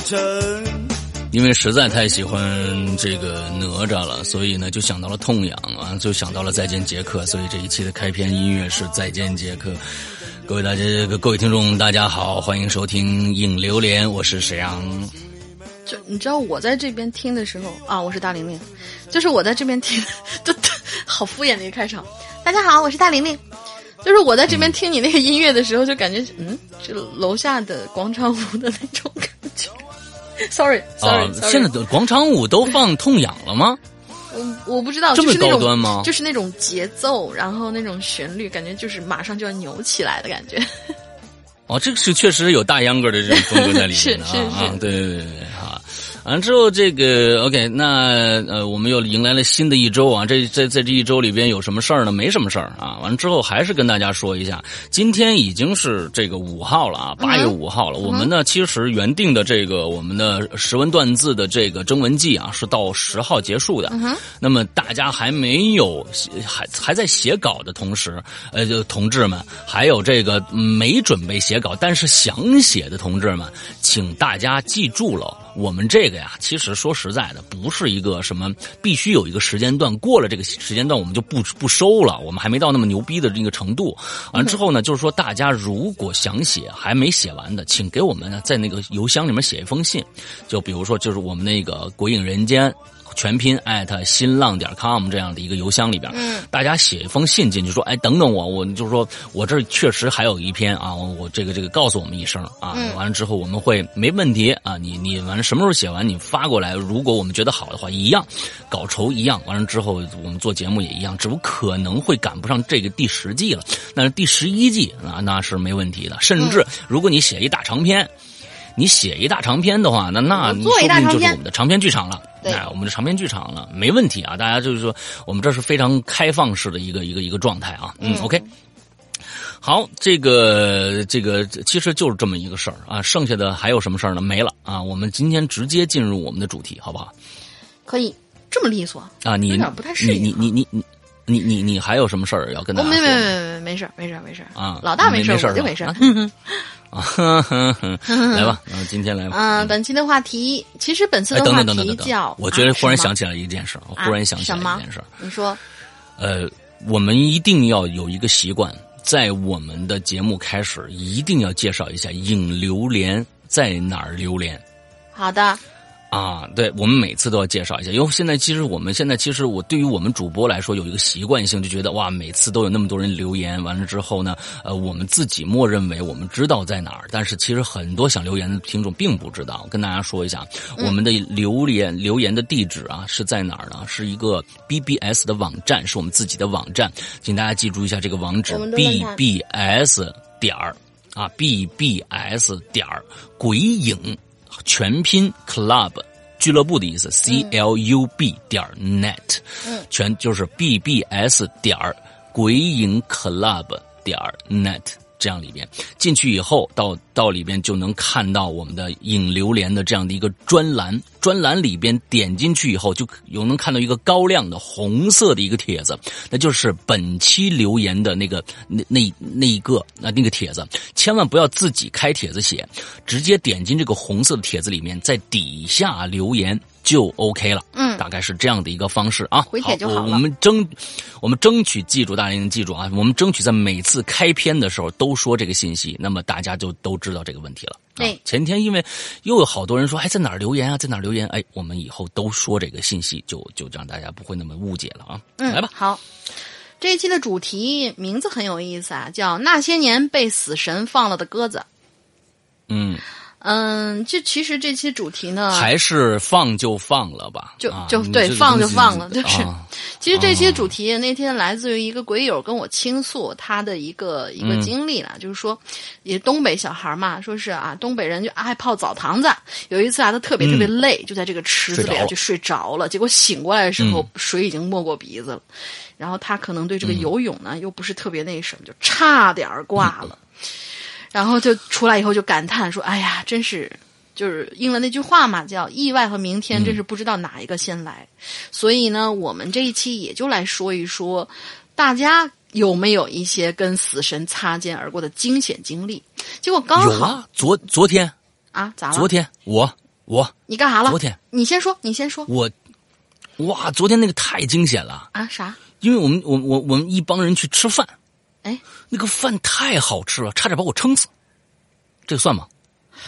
因为实在太喜欢这个哪吒了，所以呢就想到了痛痒啊，就想到了再见杰克，所以这一期的开篇音乐是再见杰克。各位听众大家好，欢迎收听影榴莲，我是沈阳。 就你知道我在这边听的时候啊，我是大玲玲，就是我在这边听就好敷衍的一个开场。大家好，我是大玲玲。就是我在这边听你那个音乐的时候，就感觉这楼下的广场舞的那种感觉。Sorry， 现在的广场舞都放痛痒了吗？ 我不知道， 这么高端吗？ 就是那种节奏，然后那种旋律，感觉就是马上就要扭起来的感觉。 哦，这个是确实有大秧歌的这种风格在里面的啊，对啊。完了之后，这个 OK， 那我们又迎来了新的一周啊。在这一周里边有什么事儿呢？没什么事儿啊。完了之后，还是跟大家说一下，今天已经是这个5号了啊，8月5号了。我们呢，其实原定的这个我们的识文断字的这个征文季啊，是到10号结束的。那么大家还没有还在写稿的同时，就同志们，还有这个没准备写稿但是想写的同志们，请大家记住了。我们这个呀，其实说实在的，不是一个什么必须有一个时间段，过了这个时间段我们就不收了，我们还没到那么牛逼的这个程度。完了之后呢，就是说大家如果想写还没写完的，请给我们呢在那个邮箱里面写一封信，就比如说就是我们那个鬼影人间全拼新浪.com 这样的一个邮箱里边，大家写一封信进去说，等等我就是说我这确实还有一篇啊，我这个告诉我们一声啊，完了之后我们会没问题啊，你完了什么时候写完你发过来，如果我们觉得好的话，一样稿酬一样，完了之后我们做节目也一样，只不过可能会赶不上这个第10季了，但是第11季啊那是没问题的，甚至如果你写一大长篇。你写一大长篇的话，那说不定就是我们的长篇剧场了。我们的长篇剧场了，没问题啊！大家就是说，我们这是非常开放式的一个状态啊。OK。好，这个其实就是这么一个事儿啊。剩下的还有什么事儿呢？没了啊。我们今天直接进入我们的主题，好不好？ 可以这么利索啊？ 你有点不太适应。 你还有什么事儿要跟大家说？ 没事啊， 老大没事， 我就没事。 来吧，今天来吧。 本期的话题，其实本次的话题叫…… 我觉得忽然想起来一件事，我忽然想起来一件事。 你说？ 我们一定要有一个习惯，在我们的节目开始，一定要介绍一下影榴莲在哪儿榴莲。 好的。 啊，对，我们每次都要介绍一下，因为现在其实我对于我们主播来说有一个习惯性，就觉得哇，每次都有那么多人留言，完了之后呢，我们自己默认为我们知道在哪儿，但是其实很多想留言的听众并不知道。跟大家说一下，我们的留言的地址啊是在哪儿呢？是一个 BBS 的网站，是我们自己的网站，请大家记住一下这个网址 BBS 鬼影。全拼 club 俱乐部的意思 club.net 全就是 bbs 鬼影 club.net 这样里边进去以后到里边就能看到我们的影榴莲的这样的一个专栏里边点进去以后就能看到一个高亮的红色的一个帖子，那就是本期留言的那个帖子，千万不要自己开帖子写，直接点进这个红色的帖子里面，在底下留言就 OK 了。大概是这样的一个方式啊。 回帖就好了。 我们争取记住，大家记住啊，我们争取在每次开篇的时候都说这个信息，那么大家就都知道这个问题了。 对， 前天因为又有好多人说，在哪儿留言啊，在哪儿留言？我们以后都说这个信息，就让大家不会那么误解了啊。来吧， 好。这一期的主题名字很有意思啊，叫那些年被死神放了的鸽子。就其实这期主题呢， 还是放就放了吧， 对，放就放了，就是。其实这期主题那天来自于一个鬼友跟我倾诉他的一个经历了，就是说，也东北小孩嘛，说是啊，东北人就爱泡澡堂子。有一次啊，他特别累，就在这个池子里就睡着了，结果醒过来的时候，水已经没过鼻子了。然后他可能对这个游泳呢，又不是特别那什么，就差点挂了。然后就出来以后就感叹说：“哎呀，真是就是应了那句话嘛，叫意外和明天真是不知道哪一个先来。所以呢，我们这一期也就来说一说，大家有没有一些跟死神擦肩而过的惊险经历？结果刚好有啊，昨天啊，咋了？ 昨天你干啥了？ 昨天你先说。 哇，昨天那个太惊险了啊！啥？ 因为我们一帮人去吃饭， 哎， 那个饭太好吃了，差点把我撑死，这个算吗？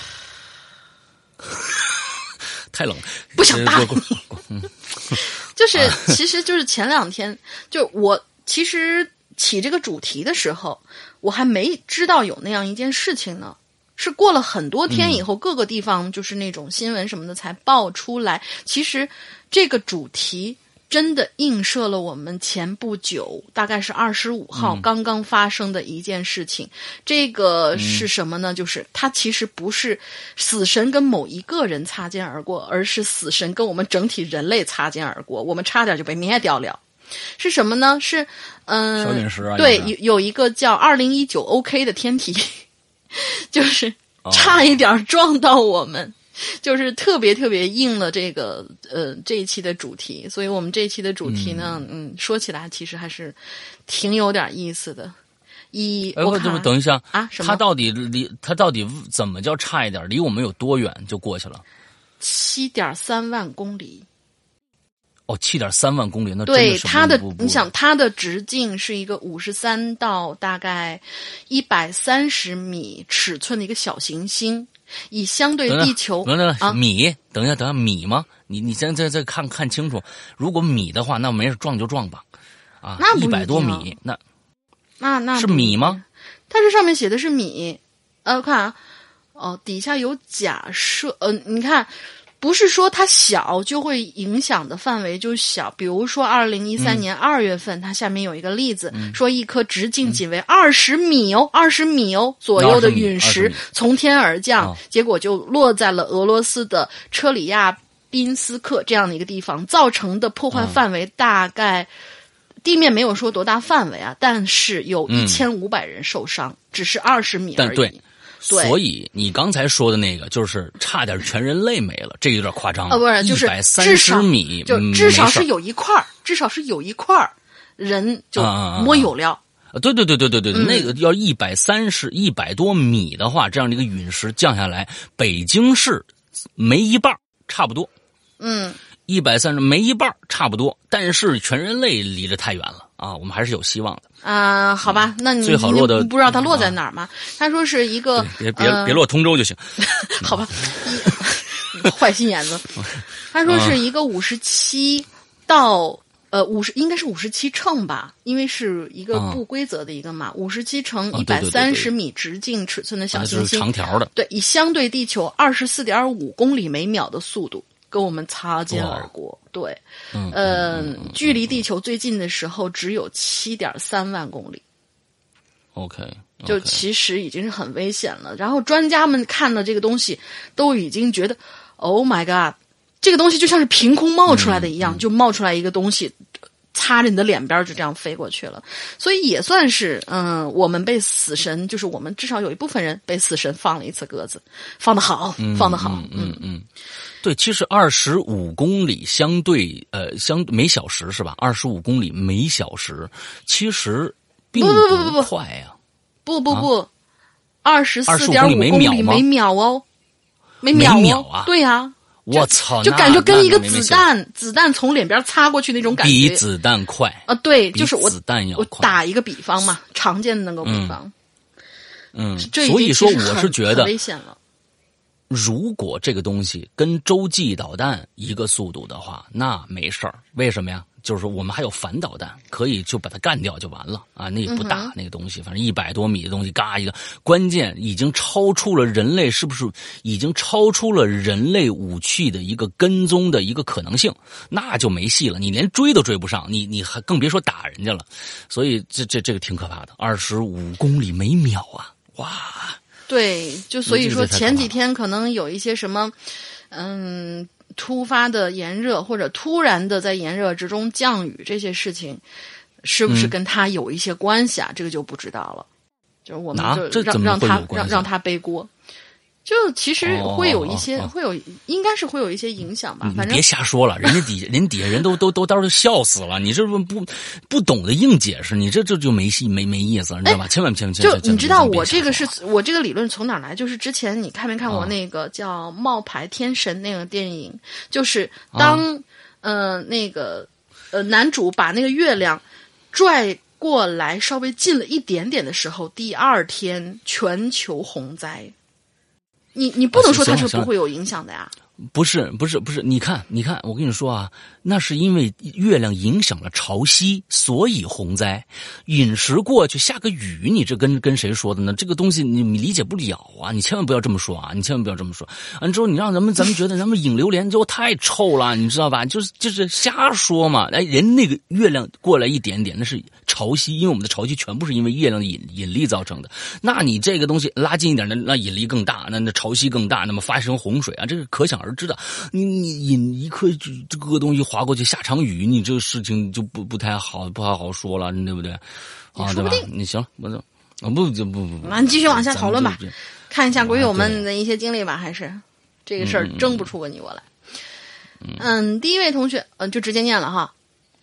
太冷了， 不想搭理你。其实就是前2天，就我其实起这个主题的时候，我还没知道有那样一件事情呢。是过了很多天以后，各个地方就是那种新闻什么的才爆出来。其实这个主题真的映射了我们前不久，大概是25号刚刚发生的一件事情。这个是什么呢？就是它其实不是死神跟某一个人擦肩而过，而是死神跟我们整体人类擦肩而过，我们差点就被灭掉了。是什么呢？是小陨石啊。 对，有一个叫2019 OK 的天体。就是差一点撞到我们，就是特别特别应了这个这一期的主题，所以我们这一期的主题呢，说起来其实还是挺有点意思的。我看等一下啊，什么？ 他到底怎么叫差一点？离我们有多远就过去了 ？7.3万公里。 哦，7.3万公里，那真对是你想它的直径是一个53到大概130米尺寸的一个小行星，以相对地球米，等一下米吗？你再看清楚，如果米的话，那没事撞就撞吧，啊， 那不 100多米，那是米吗？ 它这上面写的是米，看啊，底下有假设，你看。不是说它小就会影响的范围就小，比如说2013年2月份，它下面有一个例子，说一颗直径仅为20米左右的陨石从天而降，结果就落在了俄罗斯的车里亚宾斯克这样的一个地方，造成的破坏范围大概地面没有说多大范围啊，但是有1500人受伤，只是20米而已。 对，所以你刚才说的那个就是差点全人类没了，这个有点夸张了。 不是，就是 130米， 就至少是有一块人就摸有了。 对，那个要100多米的话，这样的一个陨石降下来，北京市没一半差不多。130没一半差不多，但是全人类离得太远了啊，我们还是有希望的。 好吧，那你最好落的不知道它落在哪儿吗？他说是一个别落通州就行。 好吧，坏心眼子。他说是一个57到50，应该是57乘吧，因为是一个不规则的一个嘛，57乘130米直径尺寸的小行星， 长条的。 对，以相对地球24.5公里每秒的速度跟我们擦肩而过。对，距离地球最近的时候只有7.3万公里。 OK， 就其实已经是很危险了。然后专家们看了这个东西，都已经觉得 ，Oh my God， 这个东西就像是凭空冒出来的一样，就冒出来一个东西，擦着你的脸边就这样飞过去了。所以也算是，我们被死神，就是我们至少有一部分人被死神放了一次鸽子，放得好，放得好。 对，其实25公里相对每小时是吧？25公里每小时，其实并不快呀。 不，24.5公里每秒哦，每秒啊！对呀， 我操， 就感觉跟一个子弹从脸边擦过去那种感觉， 比子弹快啊！对，就是我打一个比方嘛，常见的那个比方。 所以说我是觉得危险了。 如果这个东西跟洲际导弹一个速度的话，那没事儿。为什么呀？就是我们还有反导弹，可以就把它干掉就完了啊！那也不大，那个东西，反正100多米的东西，嘎一个。关键已经超出了人类，是不是已经超出了人类武器的一个跟踪的一个可能性？那就没戏了，你连追都追不上，你还更别说打人家了。所以这个挺可怕的，25公里每秒啊！哇！ 对，就所以说前几天可能有一些什么，突发的炎热或者突然的在炎热之中降雨这些事情，是不是跟他有一些关系啊？这个就不知道了。就是我们就让他背锅。 就其实会有一些，应该是会有一些影响吧。反正别瞎说了，人底下人都到时候笑死了。你这不懂得硬解释，你这就没意思，你知道吧？千万就你知道我这个理论从哪来？就是之前你看没看过那个叫《冒牌天神》那个电影？就是当那个男主把那个月亮拽过来稍微近了一点点的时候，第二天全球洪灾。你不能说它是不会有影响的呀。 不是，你看，我跟你说啊，那是因为月亮影响了潮汐，所以洪灾。陨石过去下个雨，你这跟谁说的呢？这个东西你理解不了啊！你千万不要这么说啊！你千万不要这么说。完之后，你让咱们觉得咱们引榴莲之后太臭了，你知道吧？就是瞎说嘛！哎，人那个月亮过来一点点，那是潮汐，因为我们的潮汐全部是因为月亮的引力造成的。那你这个东西拉近一点，那引力更大，那潮汐更大，那么发生洪水啊，这个可想而知的。你引一颗这个东西划过去下场雨，你这个事情就不太好说了，对不对？啊，对吧？你行，不， 那你继续往下讨论吧，看一下鬼友们的一些经历吧，还是这个事儿争不出个你我来。第一位同学，就直接念了哈。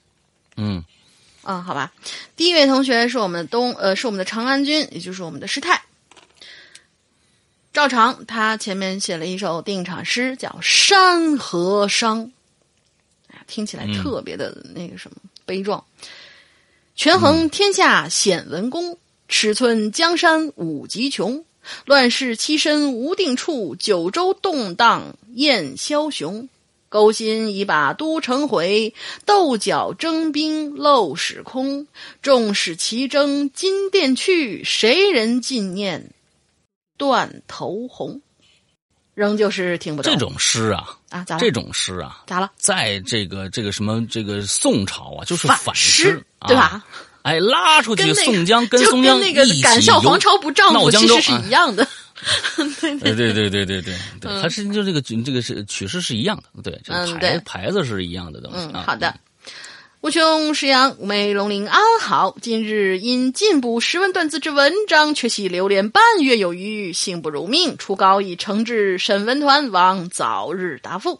好吧。第一位同学是我们的长安君，也就是我们的师太。赵长他前面写了一首定场诗，叫《山河伤》，听起来特别的那个什么悲壮。权衡天下显文公，尺寸江山五极穷。乱世栖身无定处，九州动荡雁枭雄。勾心已把都城毁，斗角征兵漏使空。众使齐征金殿去，谁人尽念断头红？仍旧是听不懂这种诗啊！ 咋了？ 这种诗啊， 咋了？ 在这个什么这个宋朝啊，就是反诗， 对吧？ 哎，拉出去宋江跟宋江一起游，跟那个敢笑皇朝不丈夫其实是一样的。 对，它是就这个是曲式是一样的，对，这牌子是一样的东西。 好的。吾兄石阳，吾妹龙陵安好。今日因进补识文断字之文章，却系流连半月有余，幸不如命。初稿已呈至审文团，望早日答复。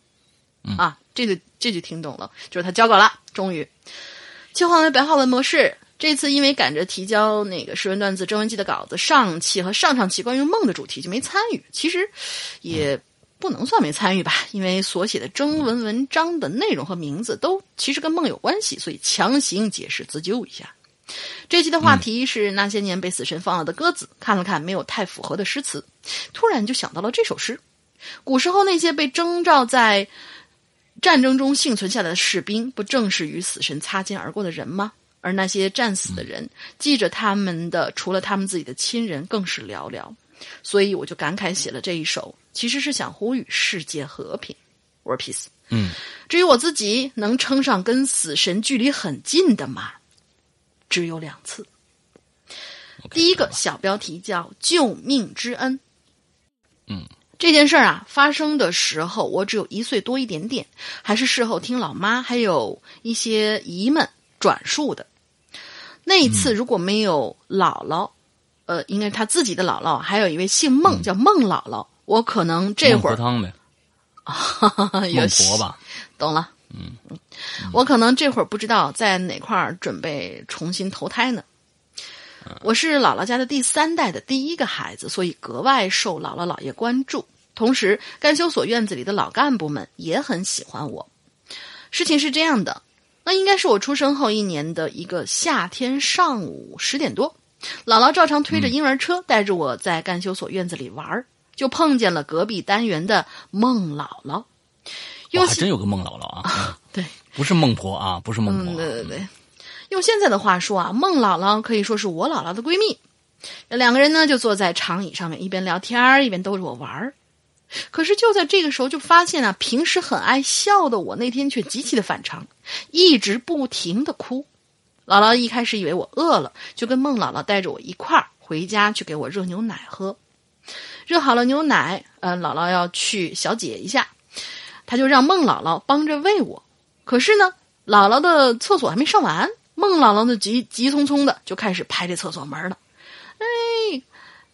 这就听懂了，就是他交稿了，终于。切换为白话文模式。这次因为赶着提交那个识文断字征文记的稿子，上期和上期关于梦的主题就没参与。其实也不能算没参与吧，因为所写的征文文章的内容和名字都其实跟梦有关系，所以强行解释自救一下。这期的话题是那些年被死神放了的鸽子，看了看没有太符合的诗词，突然就想到了这首诗。古时候那些被征召在战争中幸存下来的士兵，不正是与死神擦肩而过的人吗？而那些战死的人，记着他们的除了他们自己的亲人更是寥寥。所以我就感慨写了这一首，其实是想呼吁世界和平 World Peace。至于我自己能称上跟死神距离很近的吗？只有2次。第一个小标题叫救命之恩。这件事儿啊发生的时候我只有1岁多一点点，还是事后听老妈还有一些姨们转述的。那一次如果没有姥姥，应该是他自己的姥姥，还有一位姓孟叫孟姥姥，我可能这会儿孟婆汤呗，孟婆吧， 懂了。我可能这会儿不知道在哪块儿准备重新投胎呢。我是姥姥家的第3代的第一个孩子，所以格外受姥姥姥爷关注。同时干休所院子里的老干部们也很喜欢我。事情是这样的，那应该是我出生后1年的一个夏天上午10点多，姥姥照常推着婴儿车带着我在干休所院子里玩，就碰见了隔壁单元的孟姥姥。 还真有个孟姥姥啊！ 对， 不是孟婆啊，不是孟婆。 对。用现在的话说啊，孟姥姥可以说是我姥姥的闺蜜。2个人呢就坐在长椅上面，一边聊天一边逗着我玩。可是就在这个时候就发现啊，平时很爱笑的我那天却极其的反常，一直不停的哭。姥姥一开始以为我饿了，就跟孟姥姥带着我一块儿回家去给我热牛奶喝。热好了牛奶，姥姥要去小解一下，她就让孟姥姥帮着喂我。可是呢，姥姥的厕所还没上完，孟姥姥呢急匆匆的就开始拍这厕所门了。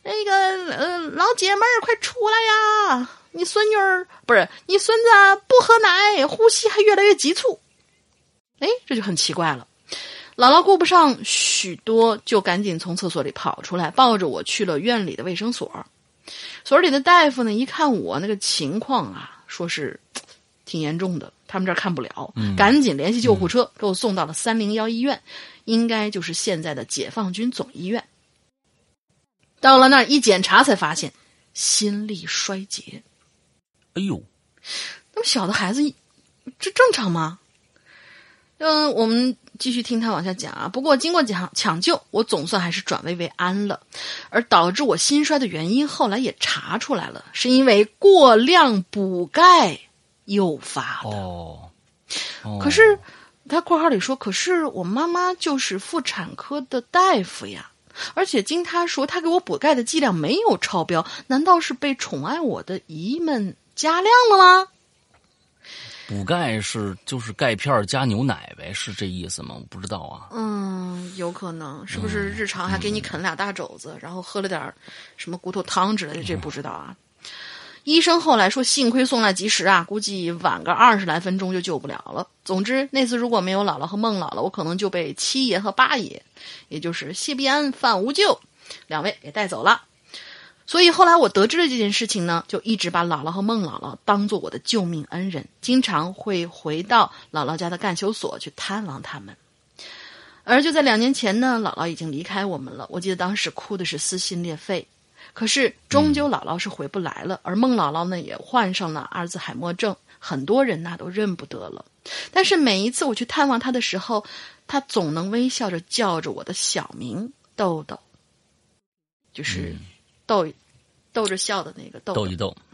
那个老姐妹儿快出来呀！你孙子不喝奶，呼吸还越来越急促。哎，这就很奇怪了。姥姥顾不上许多，就赶紧从厕所里跑出来，抱着我去了院里的卫生所。所里的大夫呢，一看我那个情况啊，说是挺严重的，他们这儿看不了，赶紧联系救护车，给我送到了301医院，应该就是现在的解放军总医院。到了那儿一检查，才发现心力衰竭。 哎呦， 那么小的孩子，这正常吗？我们继续听他往下讲啊。不过经过抢救，我总算还是转危为安了。而导致我心衰的原因，后来也查出来了，是因为过量补钙诱发的。可是他括号里说，可是我妈妈就是妇产科的大夫呀，而且经他说，他给我补钙的剂量没有超标，难道是被宠爱我的姨们加量了吗？ 补钙就是钙片加牛奶呗，是这意思吗？我不知道啊。 有可能，是不是日常还给你啃俩大肘子，然后喝了点什么骨头汤之类的，这不知道啊。医生后来说，幸亏送来及时啊，估计晚个20来分钟就救不了了。总之那次如果没有姥姥和孟姥姥，我可能就被七爷和八爷，也就是谢必安、范无咎两位给带走了。所以后来我得知了这件事情呢，就一直把姥姥和孟姥姥当做我的救命恩人，经常会回到姥姥家的干休所去探望他们。而就在2年前呢，姥姥已经离开我们了，我记得当时哭的是撕心裂肺。可是终究姥姥是回不来了，而孟姥姥呢也患上了阿尔兹海默症，很多人都认不得了。但是每一次我去探望她的时候，她总能微笑着叫着我的小名豆豆，就是逗着笑的那个豆豆。 逗一逗。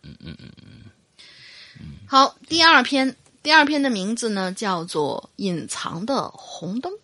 好，第二篇的名字呢叫做隐藏的红灯。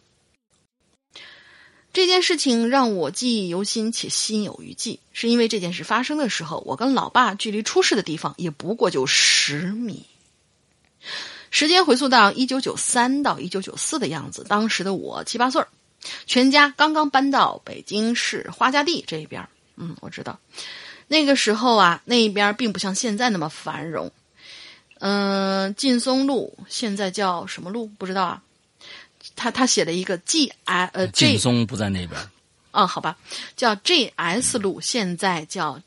这件事情让我记忆犹新且心有余悸，是因为这件事发生的时候，我跟老爸距离出事的地方也不过就10米。时间回溯到1993到1994的样子，当时的我7、8岁，全家刚刚搬到北京市花家地这边。我知道那个时候啊，那边并不像现在那么繁荣。劲松路现在叫什么路不知道啊。他写了一个劲松不在那边。 好吧，叫 JS 路，现在叫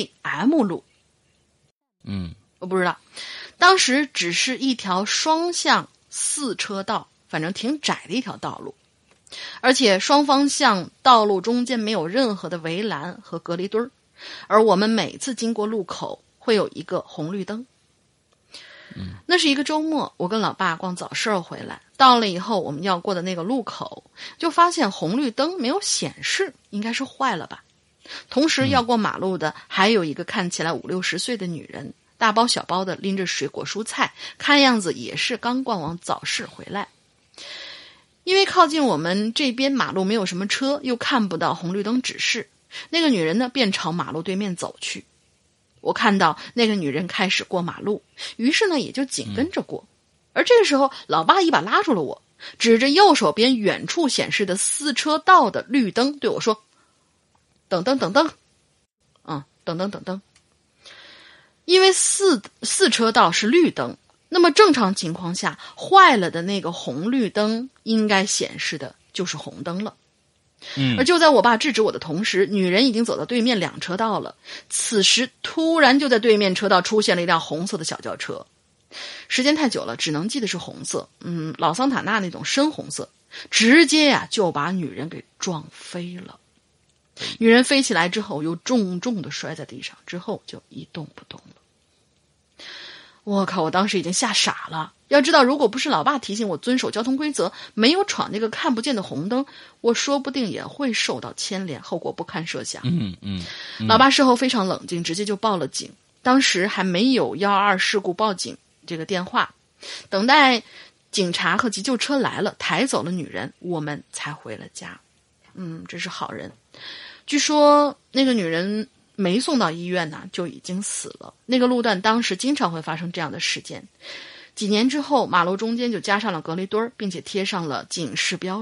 JM 路。我不知道。当时只是一条双向4车道，反正挺窄的一条道路，而且双方向道路中间没有任何的围栏和隔离墩儿，而我们每次经过路口会有一个红绿灯。那是一个周末，我跟老爸逛早市回来，到了以后我们要过的那个路口，就发现红绿灯没有显示，应该是坏了吧。同时要过马路的还有一个看起来50、60岁的女人，大包小包的拎着水果蔬菜，看样子也是刚逛完早市回来。因为靠近我们这边马路没有什么车，又看不到红绿灯指示，那个女人呢便朝马路对面走去。我看到那个女人开始过马路，于是呢也就紧跟着过。而这个时候老爸一把拉住了我，指着右手边远处显示的4车道的绿灯对我说，等等等等。等等等等。因为四车道是绿灯，那么正常情况下坏了的那个红绿灯应该显示的就是红灯了。而就在我爸制止我的同时，女人已经走到对面2车道了。此时突然就在对面车道出现了一辆红色的小轿车，时间太久了，只能记得是红色，老桑塔纳那种深红色，直接就把女人给撞飞了。女人飞起来之后又重重的摔在地上，之后就一动不动了。我靠，我当时已经吓傻了。要知道，如果不是老爸提醒我遵守交通规则，没有闯那个看不见的红灯，我说不定也会受到牵连，后果不堪设想。老爸事后非常冷静，直接就报了警。当时还没有122事故报警这个电话，等待警察和急救车来了，抬走了女人，我们才回了家。这是好人。据说那个女人没送到医院呢，就已经死了。那个路段当时经常会发生这样的事件。几年之后，马路中间就加上了隔离墩儿，并且贴上了警示标语。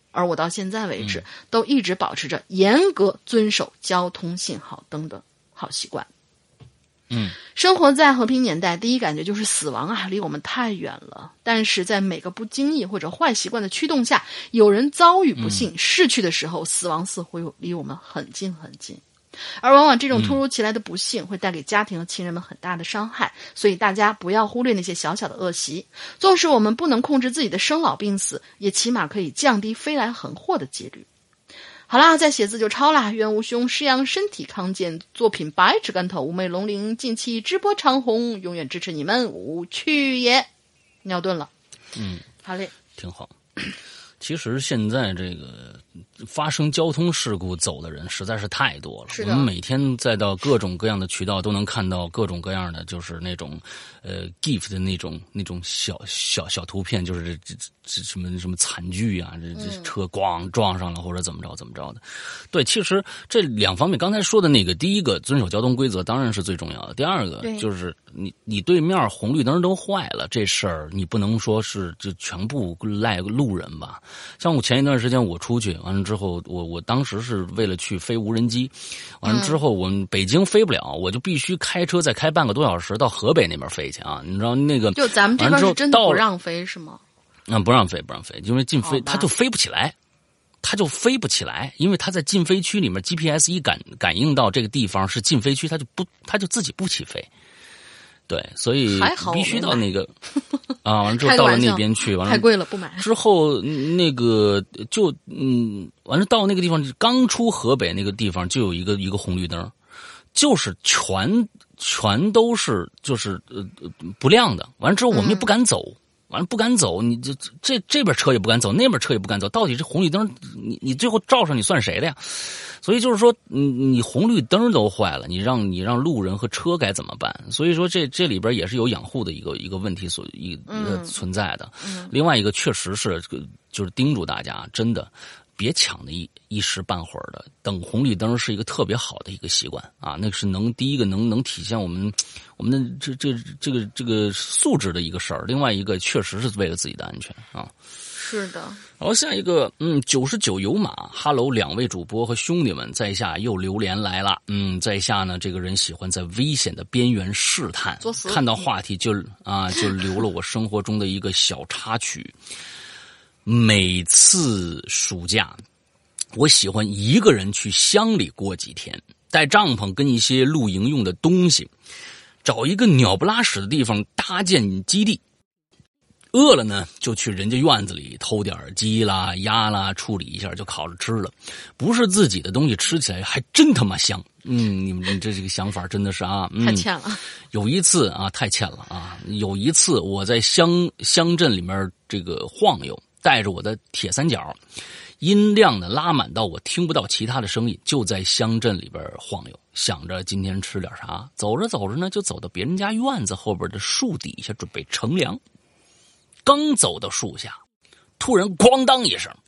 而我到现在为止都一直保持着严格遵守交通信号灯的好习惯。生活在和平年代，第一感觉就是死亡啊，离我们太远了。但是在每个不经意或者坏习惯的驱动下，有人遭遇不幸逝去的时候，死亡似乎离我们很近很近。而往往这种突如其来的不幸会带给家庭和亲人们很大的伤害，所以大家不要忽略那些小小的恶习。纵使我们不能控制自己的生老病死，也起码可以降低飞来横祸的几率。好啦，再写字就抄啦！愿吾兄师阳身体康健，作品百尺竿头，妩媚龙鳞，近期直播长红，永远支持你们，无趣也。尿遁了，好嘞， 挺好。其实现在这个发生交通事故走的人实在是太多了，我们每天再到各种各样的渠道都能看到各种各样的，就是那种GIF 的那种小图片，就是这什么惨剧啊，这车咣撞上了或者怎么着的。对，其实这两方面，刚才说的那个，第一个遵守交通规则当然是最重要的，第二个就是你对面红绿灯都坏了，这事儿你不能说是就全部赖路人吧。像我前一段时间我出去完了之后，我当时是为了去飞无人机，完了之后我们北京飞不了，我就必须开车再开半个多小时到河北那边飞去啊！你知道那个就咱们这边是真的不让飞是吗？ 不让飞，因为禁飞它就飞不起来。因为它在禁飞区里面 GPS 一感应到这个地方是禁飞区，它就自己不起飞。对，所以必须到那个完了之后到了那边去，完了太贵了不买。 之后那个就完了到那个地方，刚出河北那个地方就有一个红绿灯，就是全都是就是不亮的。完了之后我们也不敢走。完了不敢走，你这边车也不敢走，那边车也不敢走，到底这红绿灯你最后照上你算谁的呀？所以就是说你红绿灯都坏了，你让路人和车该怎么办？所以说这里边也是有养护的一个问题一个存在的。另外一个确实是就是叮嘱大家真的别抢的一时半会儿的，等红绿灯是一个特别好的一个习惯啊，那是第一个能体现我们的这个素质的一个事儿，另外一个确实是为了自己的安全啊。 是的。 然后下一个99有马哈喽，两位主播和兄弟们，在下又榴莲来了。在下呢这个人喜欢在危险的边缘试探，看到话题就留了我生活中的一个小插曲。每次暑假我喜欢一个人去乡里过几天，带帐篷跟一些露营用的东西，找一个鸟不拉屎的地方搭建基地，饿了呢就去人家院子里偷点鸡啦鸭啦，处理一下就烤着吃了。不是自己的东西吃起来还真他妈香。你们这个想法真的是太欠了。 有一次太欠了啊！有一次我在乡镇里面这个晃悠，带着我的铁三角，音量呢拉满到我听不到其他的声音，就在乡镇里边晃悠，想着今天吃点啥。走着走着呢，就走到别人家院子后边的树底下准备乘凉。刚走到树下，突然咣当一声，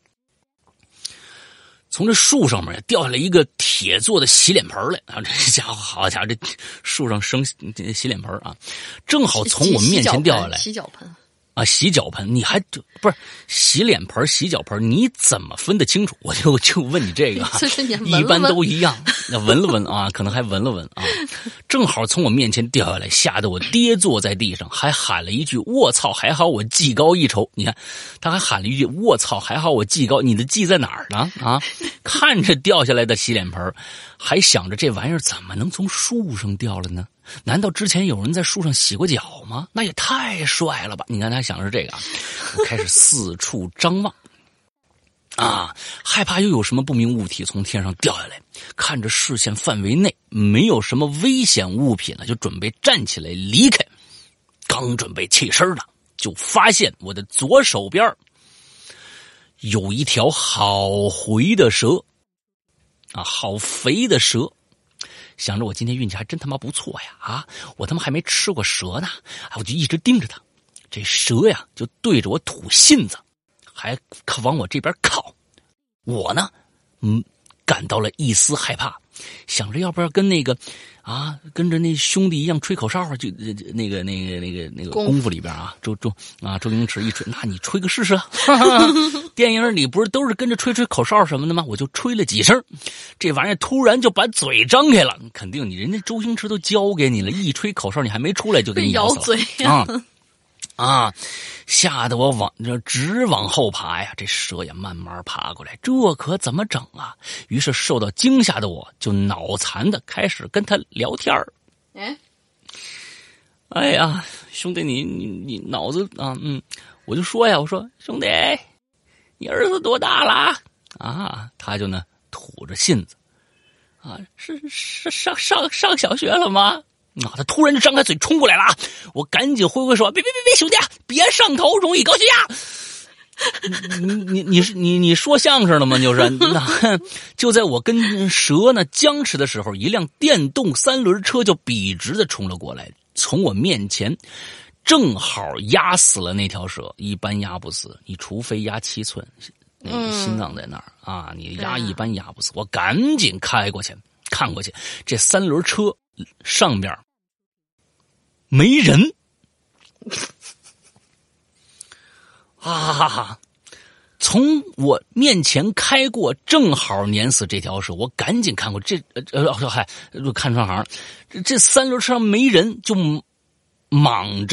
从这树上面掉下来一个铁做的洗脸盆来啊！这家伙，好家伙，这树上生洗脸盆啊，正好从我面前掉下来。 洗脚盆洗脚盆，你还不是洗脸盆、洗脚盆，你怎么分得清楚？我就问你这个，一般都一样。那闻了闻啊，可能还闻了闻啊，正好从我面前掉下来，吓得我跌坐在地上，还喊了一句：“卧槽！还好我技高一筹。”你看，他还喊了一句：“卧操！还好我技高。”你的技在哪儿呢？看着掉下来的洗脸盆，还想着这玩意儿怎么能从树上掉了呢？难道之前有人在树上洗过脚吗？那也太帅了吧！你看他想着这个我开始四处张望害怕又有什么不明物体从天上掉下来。看着视线范围内没有什么危险物品了，就准备站起来离开。刚准备起身了，就发现我的左手边有一条好回的蛇好肥的蛇。想着我今天运气还真他妈不错呀我他妈还没吃过蛇呢我就一直盯着它。这蛇呀就对着我吐信子，还往我这边靠。我呢感到了一丝害怕， 想着要不要跟那个跟着那兄弟一样吹口哨，就那个功夫里边周星驰一吹，那你吹个试试啊。电影里不是都是跟着吹口哨什么的吗？我就吹了几声，这玩意儿突然就把嘴张开了，肯定人家周星驰都教给你了，一吹口哨你还没出来就给你咬嘴吓得我直往后爬呀，这蛇也慢慢爬过来，这可怎么整啊？于是受到惊吓的我就脑残的开始跟他聊天儿。哎呀，兄弟，你脑子我就说呀，我说兄弟，你儿子多大了啊？他就吐着信子是上小学了吗？他突然就张开嘴冲过来了，我赶紧挥手，别兄弟，别上头，容易高血压。你说相声的吗？就在我跟蛇僵持的时候，一辆电动3轮车就笔直的冲了过来，从我面前正好压死了那条蛇。一般压不死，你除非压7寸，那个心脏在那儿你压一般压不死。我赶紧开过去看过去，这3轮车上边没人。从我面前开过，正好碾死这条蛇。我赶紧看过看串行，这3轮车上没人，就莽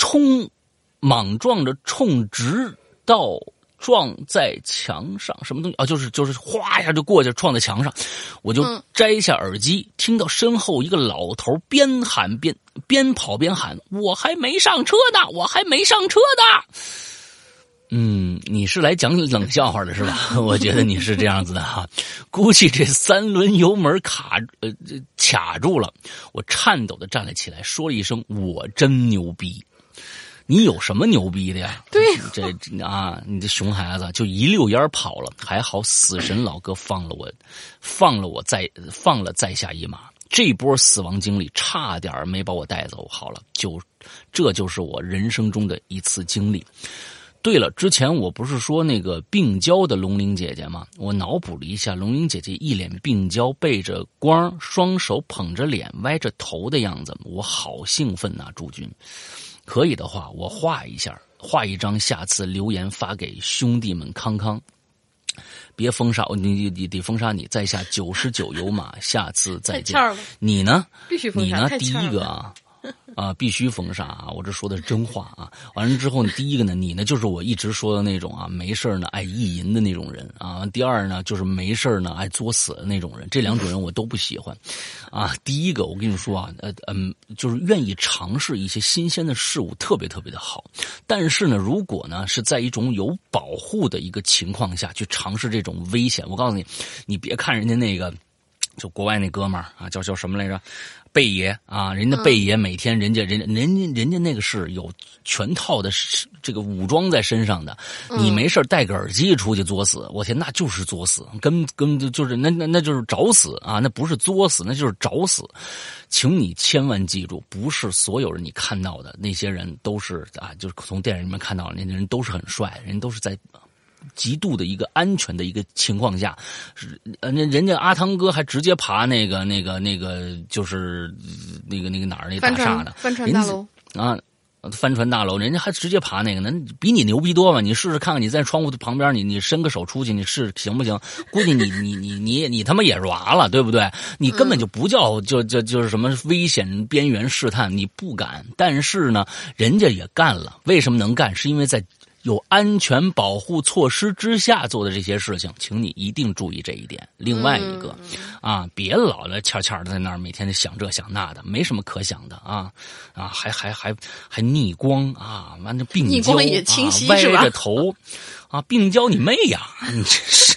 撞着冲直道撞在墙上，什么东西就是哗一下就过去撞在墙上。我就摘下耳机，听到身后一个老头边喊边跑边喊，我还没上车呢，我还没上车呢。你是来讲冷笑话的是吧？我觉得你是这样子的哈。估计这3轮油门卡住了，我颤抖的站了起来，说了一声我真牛逼。你有什么牛逼的呀？ 对， 你这熊孩子就一溜烟跑了，还好死神老哥放了在下一马。这波死亡经历差点没把我带走。好了，这就是我人生中的一次经历。对了，之前我不是说那个病娇的龙玲姐姐吗？我脑补了一下，龙玲姐姐一脸病娇，背着光，双手捧着脸，歪着头的样子，我好兴奋啊！祝君，可以的话，我画一张，下次留言发给兄弟们康康。别封杀你得封杀你，在下99有马，下次再见。你呢？ 必须封杀， 你呢？第一个必须封杀啊！我这说的是真话啊！完了之后，第一个呢，你呢就是我一直说的那种没事呢爱意淫的那种人啊。第二呢，就是没事呢爱作死的那种人，这2种人我都不喜欢啊。第一个，我跟你说就是愿意尝试一些新鲜的事物，特别特别的好。但是呢，如果呢是在一种有保护的一个情况下去尝试这种危险，我告诉你，你别看人家那个，就国外那哥们儿叫什么来着？贝爷人家贝爷每天人家那个是有全套的这个武装在身上的，你没事戴个耳机出去作死，我天，那就是作死，根本就是那就是找死啊，那不是作死，那就是找死。请你千万记住，不是所有人你看到的那些人都是就是从电影里面看到的那些人都是很帅，人都是在极度的一个安全的一个情况下，人家阿汤哥还直接爬那个就是那个哪儿那大厦的帆船大楼帆船大楼，人家还直接爬那个，那比你牛逼多吧？你试试看看，你在窗户旁边，你伸个手出去，你试行不行？估计你他妈也软了，对不对？你根本就不叫就是什么危险边缘试探，你不敢。但是呢，人家也干了，为什么能干？是因为在有安全保护措施之下做的这些事情，请你一定注意这一点。另外一个别老了悄悄的在那儿每天想这想那的，没什么可想的还逆光完了病娇， 逆光也清晰歪是吧？ 着头病娇你妹呀！你这是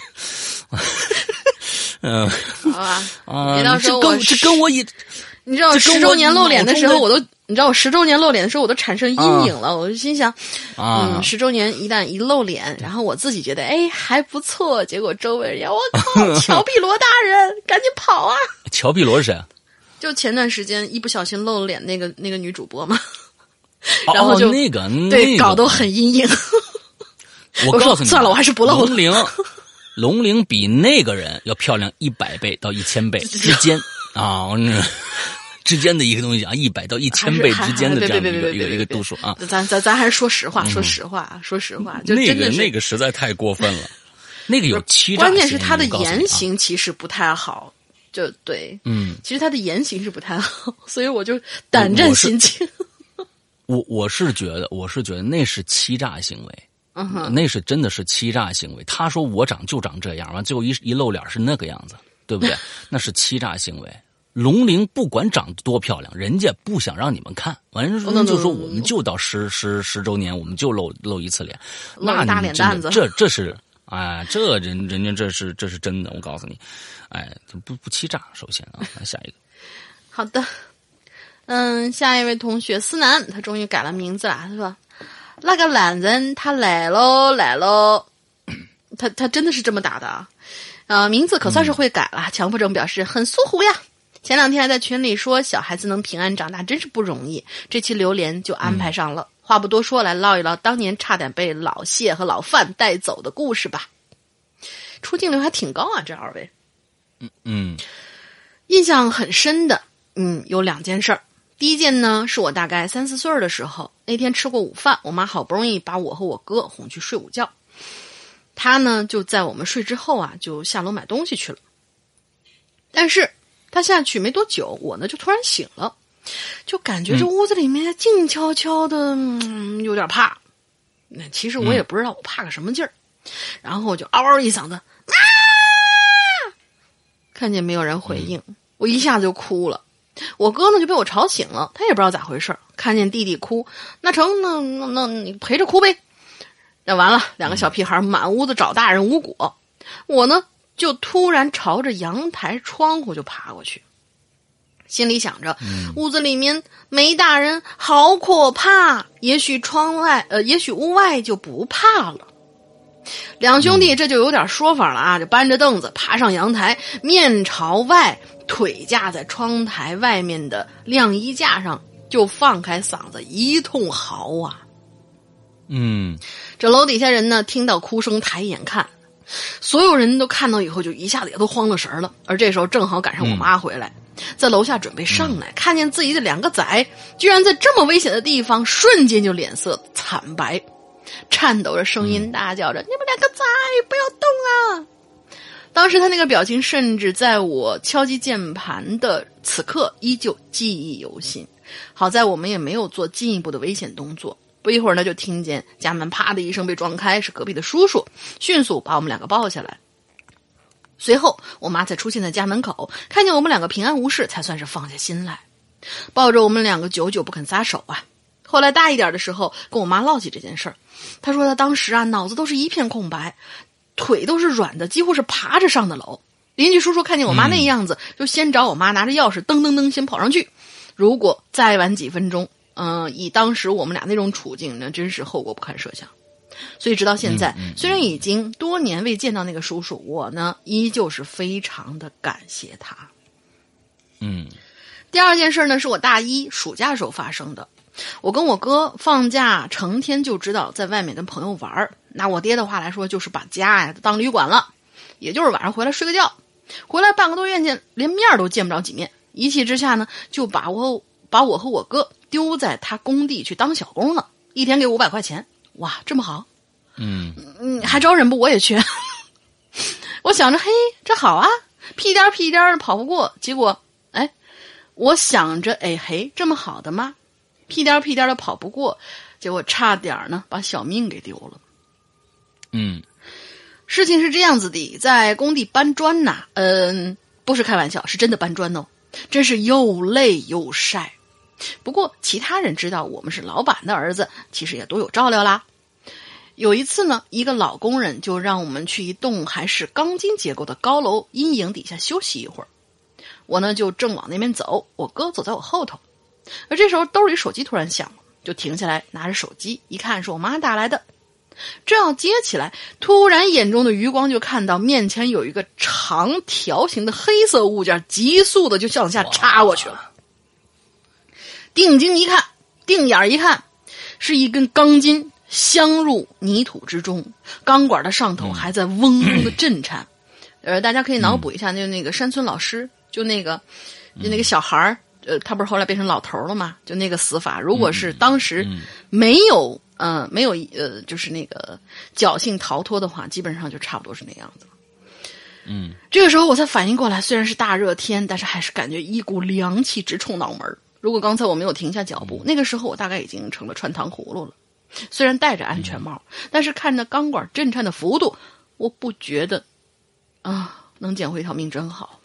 好吧别到时候这跟我你知道10周年露脸的时候你知道我10周年露脸的时候我都产生阴影了，我就心想10周年一旦一露脸，然后我自己觉得还不错，结果周围人我靠，乔碧罗大人赶紧跑啊！ 乔碧罗是谁？ 就前段时间一不小心露了脸那个女主播嘛，然后就对搞得我很阴影。 我告诉你， 算了，我还是不露了。 龙玲比那个人要漂亮100倍到1000倍之间啊，之间的一个东西啊，100到1000倍之间的这样一个度数啊。 咱还是说实话，说实话，就真的那个实在太过分了，那个有欺诈性。 关键是他的言行其实不太好，就对，其实他的言行是不太好，所以我就胆战心惊。 我是觉得那是欺诈行为，那是真的是欺诈行为。他说我长就长这样，完最后一露脸是那个样子，对不对？那是欺诈行为。龙玲不管长得多漂亮，人家不想让你们看，完了就说我们就到10周年，我们就露一次脸，那大脸蛋子， 这是哎，这人家这是真的，我告诉你，哎，不欺诈。首先啊，下一个， 好的，下一位同学思南，他终于改了名字了，他说那个懒人他来喽，他真的是这么打的啊，名字可算是会改了。强迫症表示很疏忽呀。前2天还在群里说小孩子能平安长大真是不容易，这期榴莲就安排上了。话不多说，来唠一唠当年差点被老谢和老范带走的故事吧。出镜率还挺高啊，这2位。印象很深的，有2件事儿。第一件呢，是我大概3、4岁的时候，那天吃过午饭，我妈好不容易把我和我哥哄去睡午觉，他呢就在我们睡之后啊，就下楼买东西去了。但是他下去没多久，我呢就突然醒了，就感觉这屋子里面静悄悄的，有点怕。那其实我也不知道我怕个什么劲儿，然后我就嗷嗷一嗓子，啊！看见没有人回应，我一下子就哭了。我哥呢就被我吵醒了，他也不知道咋回事，看见弟弟哭，那成，那你陪着哭呗。那完了，2个小屁孩满屋子找大人无果，我呢就突然朝着阳台窗户就爬过去，心里想着，屋子里面没大人，好可怕。也许屋外就不怕了。2兄弟这就有点说法了啊，就搬着凳子爬上阳台，面朝外，腿架在窗台外面的晾衣架上，就放开嗓子一通嚎啊。这楼底下人呢听到哭声抬眼看，所有人都看到以后就一下子也都慌了神了。而这时候正好赶上我妈回来，在楼下准备上来，看见自己的2个崽居然在这么危险的地方，瞬间就脸色惨白，颤抖着声音大叫着，你们2个崽不要动啊。当时他那个表情甚至在我敲击键盘的此刻依旧记忆犹新。好在我们也没有做进一步的危险动作，不一会儿呢就听见家门啪的一声被撞开，是隔壁的叔叔，迅速把我们2个抱下来。随后我妈才出现在家门口，看见我们2个平安无事，才算是放下心来，抱着我们2个久久不肯撒手啊。后来大一点的时候跟我妈唠起这件事儿，她说她当时啊脑子都是一片空白，腿都是软的，几乎是爬着上的楼。邻居叔叔看见我妈那样子，就先找我妈拿着钥匙噔噔噔先跑上去，如果再晚几分钟，以当时我们俩那种处境呢，真是后果不堪设想。所以直到现在，虽然已经多年未见到那个叔叔，我呢依旧是非常的感谢他。第2件事呢，是我大1暑假时候发生的。我跟我哥放假成天就知道在外面跟朋友玩，拿我爹的话来说，就是把家呀当旅馆了，也就是晚上回来睡个觉，回来半个多月连面都见不着几面。一气之下呢，就把我和我哥丢在他工地去当小工了，一天给500块钱。哇，这么好，还招人不？我也去。我想着，嘿，这好啊，屁颠的跑不过。结果，我想着，嘿，这么好的吗？屁颠的跑不过，结果差点呢把小命给丢了。事情是这样子的，在工地搬砖呐，不是开玩笑，是真的搬砖哦，真是又累又晒。不过其他人知道我们是老板的儿子，其实也都有照料啦。有一次呢，一个老工人就让我们去一栋还是钢筋结构的高楼阴影底下休息一会儿。我呢就正往那边走，我哥走在我后头。而这时候兜里手机突然响了，就停下来拿着手机一看，是我妈打来的。正要接起来，突然眼中的余光就看到面前有一个长条形的黑色物件急速的就向下插过去了。定眼一看，是一根钢筋镶入泥土之中，钢管的上头还在嗡嗡的震颤。大家可以脑补一下，就那个山村老师，就那个小孩儿，他不是后来变成老头了吗？就那个死法，如果是当时没有就是那个侥幸逃脱的话，基本上就差不多是那样子。这个时候我才反应过来，虽然是大热天，但是还是感觉一股凉气直冲脑门。如果刚才我没有停下脚步，那个时候我大概已经成了穿糖葫芦了。虽然戴着安全帽，但是看着钢管震颤的幅度，我不觉得能捡回一条命真好。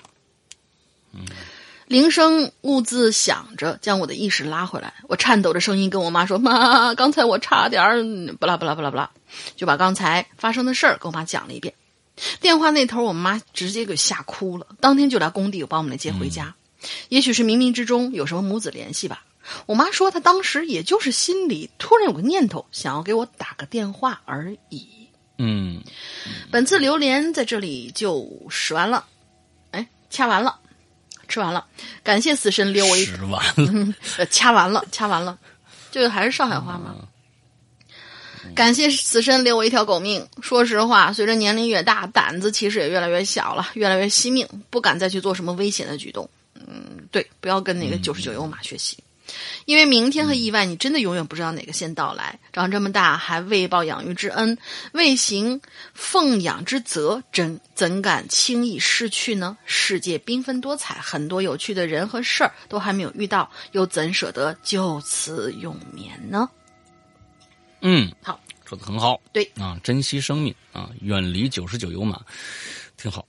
铃声兀自响着，将我的意识拉回来。我颤抖着声音跟我妈说：“妈，刚才我差点不啦不啦不啦不啦。”就把刚才发生的事儿跟我妈讲了一遍。电话那头我妈直接给吓哭了，当天就来工地把我们接回家。也许是冥冥之中有什么母子联系吧。我妈说她当时也就是心里突然有个念头，想要给我打个电话而已。本次榴莲在这里就使完了，掐完了，吃完了。感谢死神留我一吃完了掐完了，这个还是上海话吗？感谢死神留我一条狗命。说实话，随着年龄越大，胆子其实也越来越小了，越来越惜命，不敢再去做什么危险的举动。对，不要跟那个99油马学习，因为明天和意外，你真的永远不知道哪个先到来。长这么大，还未报养育之恩，未行奉养之责，怎敢轻易失去呢？世界缤纷多彩，很多有趣的人和事儿都还没有遇到，又怎舍得就此永眠呢？好， 说得很好。 对啊，珍惜生命啊，远离99油马，挺好。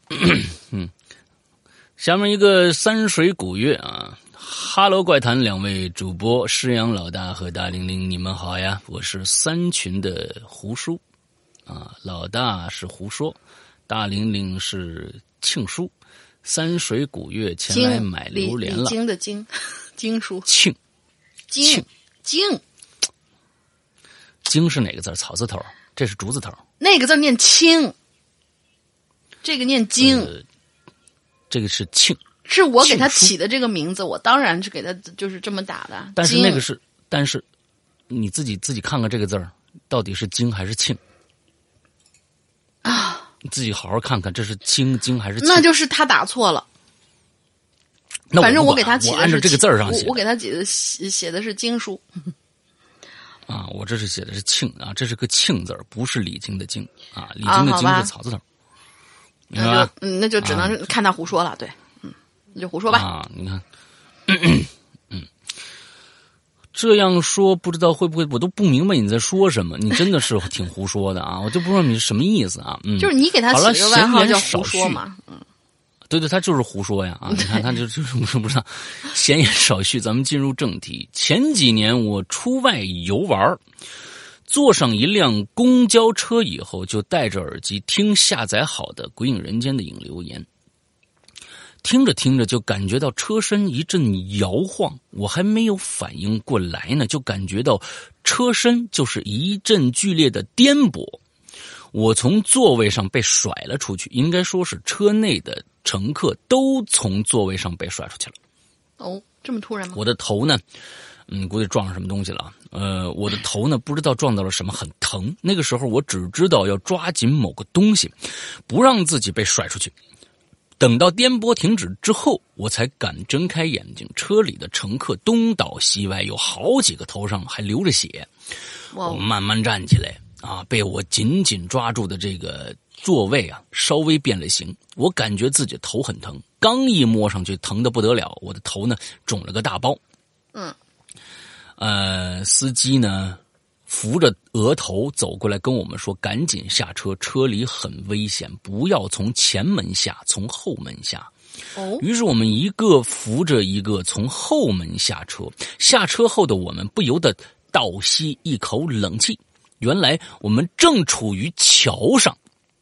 下面一个山水古月啊。哈喽怪谈两位主播施阳老大和大玲玲，你们好呀！我是三群的胡叔啊，老大是胡说，大玲玲是庆叔。山水古月前来买榴莲了。 李经的经，经叔。 庆经是哪个字？草字头，这是竹字头。 那个字念清，这个念经。 这个是庆。 是我给他起的这个名字，我当然是给他就是这么打的。 但是那个是，但是你自己看看这个字儿，到底是经还是庆啊？ 你自己好好看看，这是经还是庆？ 那就是他打错了。反正我给他起的是， 我按照这个字儿上写， 我给他写的是经书。 啊，我这是写的是庆啊，这是个庆字儿，不是李经的经啊，李经的经是草字头。 那就只能看他胡说了，对。那就胡说吧啊！你看，这样说不知道会不会，我都不明白你在说什么。你真的是挺胡说的啊！我就不知道你是什么意思啊。 就是你给他起个外号叫胡说嘛。 对，他就是胡说呀啊！你看他就是不知道。闲言少叙，咱们进入正题。前几年我出外游玩，坐上一辆公交车以后，就戴着耳机听下载好的《鬼影人间》的影留言。听着听着就感觉到车身一阵摇晃，我还没有反应过来呢，就感觉到车身就是一阵剧烈的颠簸，我从座位上被甩了出去，应该说是车内的乘客都从座位上被甩出去了。 哦，这么突然吗？ 我的头呢，估计撞上什么东西了。我的头呢，不知道撞到了什么，很疼。那个时候我只知道要抓紧某个东西，不让自己被甩出去。等到颠簸停止之后，我才敢睁开眼睛。车里的乘客东倒西歪，有好几个头上还流着血。我慢慢站起来啊，被我紧紧抓住的这个座位啊稍微变了形。我感觉自己头很疼，刚一摸上去疼得不得了，我的头呢肿了个大包。司机呢扶着额头走过来跟我们说，赶紧下车，车里很危险，不要从前门下，从后门下。于是我们一个扶着一个从后门下车。下车后的我们不由得倒吸一口冷气，原来我们正处于桥上，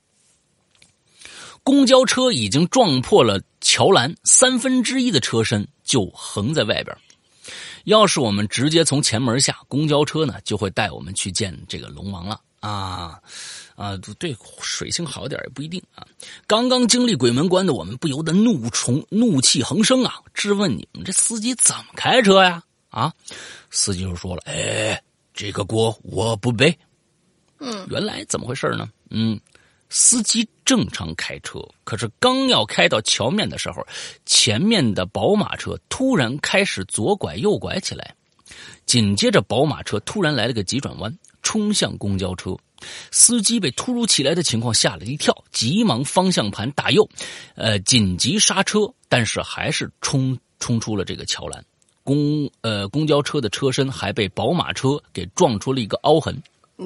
公交车已经撞破了桥栏，1/3的车身就横在外边。要是我们直接从前门下，公交车呢就会带我们去见这个龙王了对，水性好点也不一定啊。刚刚经历鬼门关的我们不由得怒气横生啊，质问你们这司机怎么开车呀？啊，司机就说了，这个锅我不背原来怎么回事呢？司机正常开车，可是刚要开到桥面的时候，前面的宝马车突然开始左拐右拐起来，紧接着宝马车突然来了个急转弯，冲向公交车。司机被突如其来的情况吓了一跳，急忙方向盘打右，紧急刹车，但是还是冲出了这个桥栏。公交车的车身还被宝马车给撞出了一个凹痕。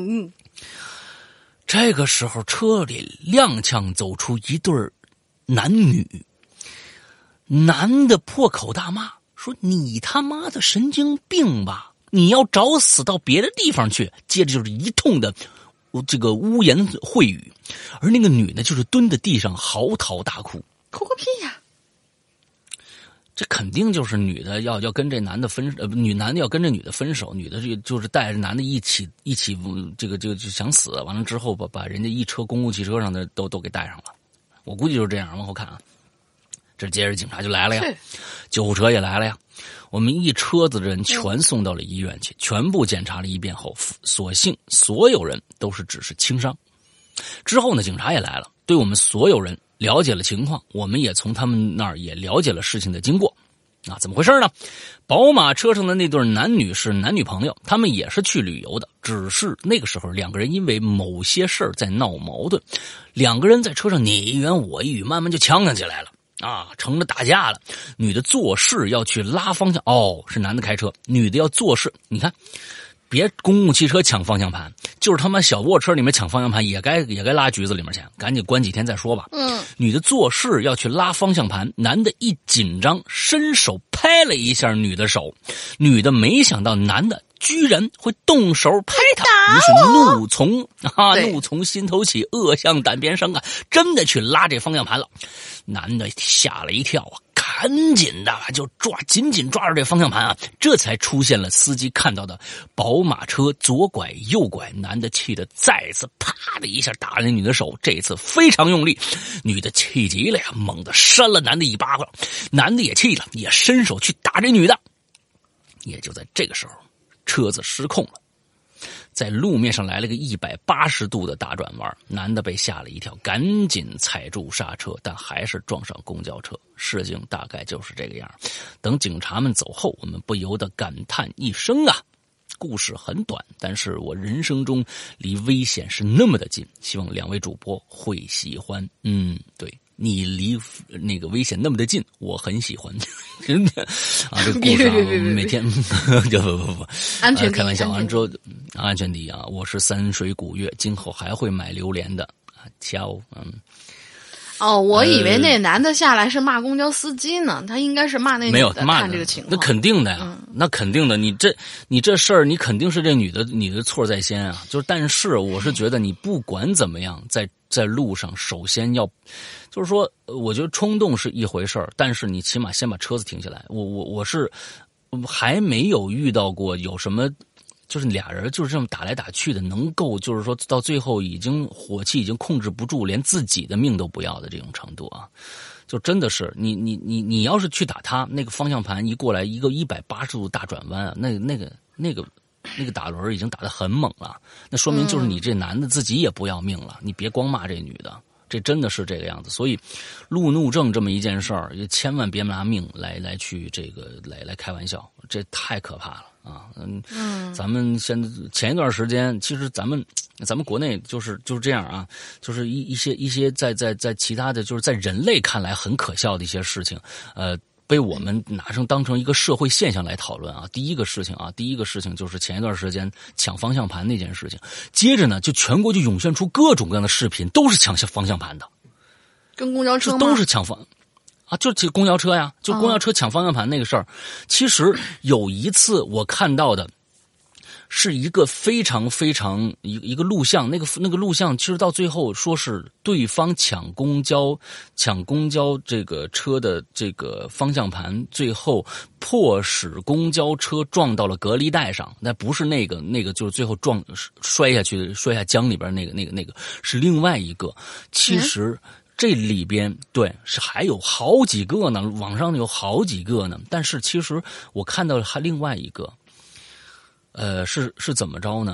这个时候车里踉跄走出一对男女，男的破口大骂说：“你他妈的神经病吧！你要找死到别的地方去！”接着就是一通的这个污言秽语，而那个女的就是蹲在地上嚎啕大哭。 哭个屁呀！ 这肯定就是女的要跟这男的男的要跟这女的分手，女的就是带着男的一起这个就想死，完了之后把人家一车公共汽车上的都给带上了。我估计就是这样。往后看啊，这接着警察就来了呀，救护车也来了呀，我们一车子的人全送到了医院去，全部检查了一遍后，所幸所有人都只是轻伤。之后呢，警察也来了，对我们所有人了解了情况，我们也从他们那儿也了解了事情的经过。怎么回事呢？宝马车上的那对男女是男女朋友，他们也是去旅游的，只是那个时候两个人因为某些事儿在闹矛盾，两个人在车上你一言我一语，慢慢就呛起来了成了打架了。女的做事要去拉方向，是男的开车，女的要做事，你看别公共汽车抢方向盘，就是他妈小卧车里面抢方向盘也该拉局子里面去，赶紧关几天再说吧。女的做事要去拉方向盘，男的一紧张伸手拍了一下女的手，女的没想到男的居然会动手拍她，于是怒从心头起，恶向胆边生真的去拉这方向盘了。男的吓了一跳赶紧的就紧紧抓住这方向盘这才出现了司机看到的宝马车左拐右拐。男的气得再次啪的一下打了女的手，这次非常用力，女的气急了猛地扇了男的一巴掌，男的也气了，也伸手去打这女的。也就在这个时候，车子失控了，在路面上来了个180度的大转弯，男的被吓了一跳，赶紧踩住刹车，但还是撞上公交车。事情大概就是这个样。等警察们走后，我们不由得感叹一声故事很短，但是我人生中离危险是那么的近，希望两位主播会喜欢。对，你离那个危险那么的近，我很喜欢。真的这个故事每天不安全开玩笑完之后安全第一我是三水古月，今后还会买榴莲的敲。 我以为那男的下来是骂公交司机呢，他应该是骂那女的。 没有骂看这个情况， 那肯定的呀，那肯定的。你这事儿，你肯定是这女的错在先啊。但是我是觉得你不管怎么样，在路上首先要，就是说，我觉得冲动是一回事儿，但是你起码先把车子停下来。我是还没有遇到过有什么。就是俩人就是这么打来打去的，能够就是说到最后火气已经控制不住，连自己的命都不要的这种程度就真的是你要是去打他，那个方向盘一过来一个180度大转弯那个打轮已经打得很猛了，那说明就是你这男的自己也不要命了，你别光骂这女的。这真的是这个样子，所以路怒症这么一件事儿，也千万别拿命来去这个来开玩笑，这太可怕了咱们前一段时间，其实咱们国内就是这样就是一些在其他的就是在人类看来很可笑的一些事情，被我们当成一个社会现象来讨论第一个事情就是前一段时间抢方向盘那件事情，接着呢就全国就涌现出各种各样的视频，都是抢方向盘的， 跟公交车吗？ 都是抢就是公交车呀，就公交车抢方向盘那个事儿。其实有一次我看到的是一个非常非常一个录像，那个录像其实到最后说是对方抢公交这个车的这个方向盘，最后迫使公交车撞到了隔离带上，那不是那个就是最后摔下江里边那个是另外一个。其实这里边是还有好几个呢，网上有好几个呢，但是其实我看到了还另外一个是怎么着呢？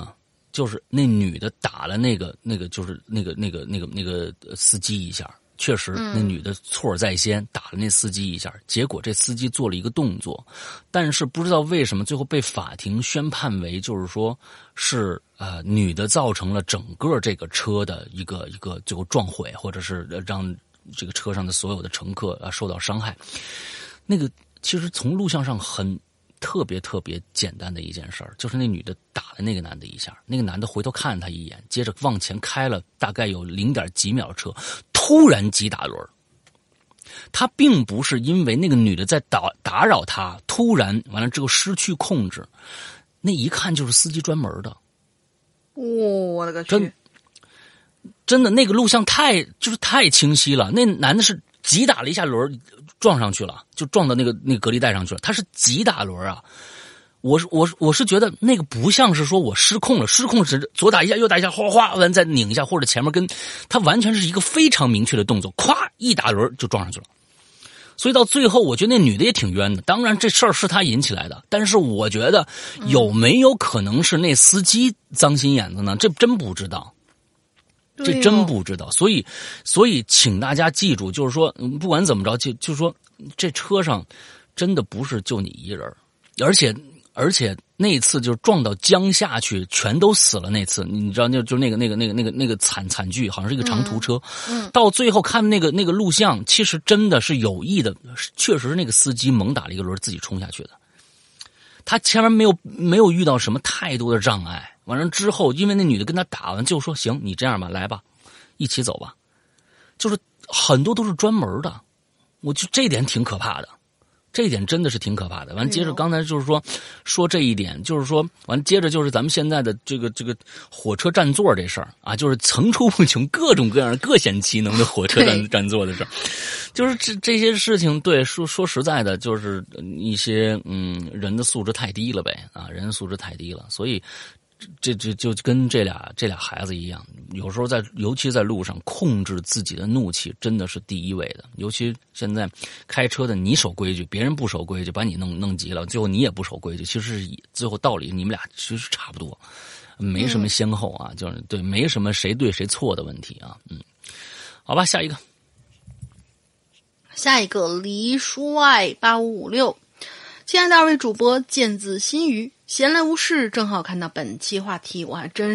就是那女的打了那个就是那个司机一下。确实，那女的错在先，打了那司机一下，结果这司机做了一个动作，但是不知道为什么最后被法庭宣判为就是说是女的造成了整个这个车的一个这个撞毁，或者是让这个车上的所有的乘客受到伤害。那个其实从录像上很特别简单的一件事儿，就是那女的打了那个男的一下，那个男的回头看他一眼，接着往前开了大概有0点几秒的车，突然急打轮。他并不是因为那个女的在打扰他，突然完了之后失去控制，那一看就是司机专门的。 我的个去！ 真的那个录像太清晰了，那男的是急打了一下轮，撞上去了，就撞到那个隔离带上去了。他是急打轮啊！我是觉得那个不像是说我失控了是左打一下右打一下，哗哗完再拧一下，或者前面跟他完全是一个非常明确的动作，咵一打轮就撞上去了。所以到最后，我觉得那女的也挺冤的。当然这事儿是她引起来的，但是我觉得有没有可能是那司机脏心眼子呢？这真不知道。这真不知道，所以请大家记住，就是说，不管怎么着，就是说，这车上真的不是就你一人，而且那次就是撞到江下去，全都死了。那次你知道，就那个惨剧，好像是一个长途车。到最后看那个录像，其实真的是有意的，确实是那个司机猛打了一个轮，自己冲下去的。他前面没有遇到什么太多的障碍。完了之后，因为那女的跟他打完，就说行，你这样吧，来吧，一起走吧。就是很多都是专门的，我就这一点挺可怕的，这一点真的是挺可怕的。完接着刚才就是说这一点，就是说完接着就是咱们现在的这个火车占座这事儿啊，就是层出不穷，各种各样各显其能的火车占座的事儿。就是这些事情，对说实在的，就是一些人的素质太低了呗啊，人的素质太低了，所以这就跟这俩孩子一样，有时候尤其在路上控制自己的怒气真的是第一位的。尤其现在开车的你守规矩，别人不守规矩，把你弄急了，最后你也不守规矩，其实是最后道理你们俩其实差不多，没什么先后啊，就是对，没什么谁对谁错的问题啊。好吧，下一个黎书爱8556，亲爱的二位主播，见自新余，闲来无事，正好看到本期话题，我还真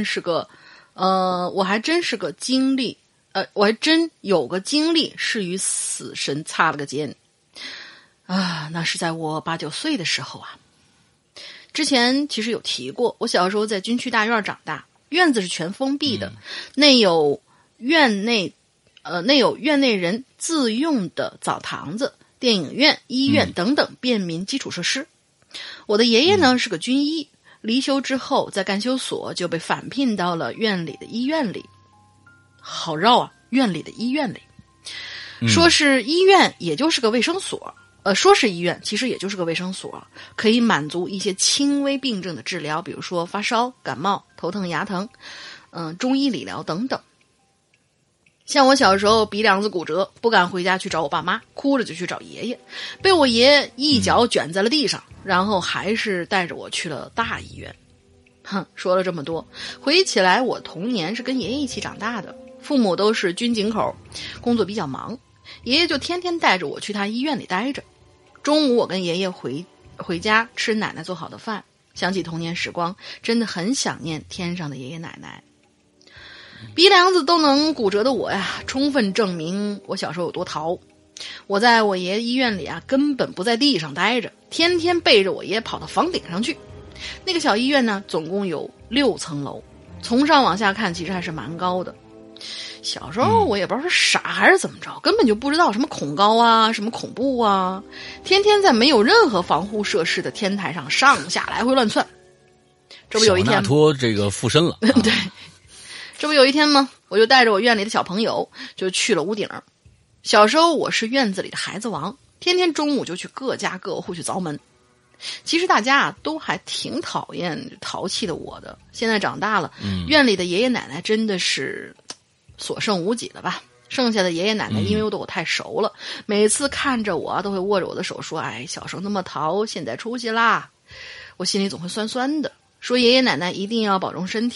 有个经历是与死神擦了个肩啊！那是在我8、9岁的时候啊。之前其实有提过，我小时候在军区大院长大，院子是全封闭的，内有院内人自用的澡堂子、电影院、医院等等便民基础设施。我的爷爷呢是个军医，离休之后在干休所就被返聘到了院里的医院里。好绕啊，院里的医院里。说是医院也就是个卫生所，说是医院其实也就是个卫生所，可以满足一些轻微病症的治疗，比如说发烧、感冒、头疼、牙疼，中医理疗等等。像我小时候鼻梁子骨折，不敢回家去找我爸妈，哭着就去找爷爷，被我爷爷一脚卷在了地上，然后还是带着我去了大医院。说了这么多，回忆起来我童年是跟爷爷一起长大的，父母都是军警口，工作比较忙，爷爷就天天带着我去他医院里待着。中午我跟爷爷回家吃奶奶做好的饭，想起童年时光，真的很想念天上的爷爷奶奶。鼻梁子都能骨折的我呀，充分证明我小时候有多淘。我在我爷医院里啊，根本不在地上待着，天天背着我爷跑到房顶上去。那个小医院呢，总共有6层楼，从上往下看其实还是蛮高的。小时候我也不知道是傻还是怎么着，根本就不知道什么恐高啊，什么恐怖啊，天天在没有任何防护设施的天台上上下来回乱窜。这不有一天小纳托这个附身了对，这不有一天吗？我就带着我院里的小朋友就去了屋顶。小时候我是院子里的孩子王，天天中午就去各家各户去凿门。其实大家啊都还挺讨厌淘气的我的，现在长大了，院里的爷爷奶奶真的是所剩无几了吧。剩下的爷爷奶奶因为对我太熟了，每次看着我都会握着我的手说，哎，小时候那么淘，现在出息啦。我心里总会酸酸的，说爷爷奶奶一定要保重身体，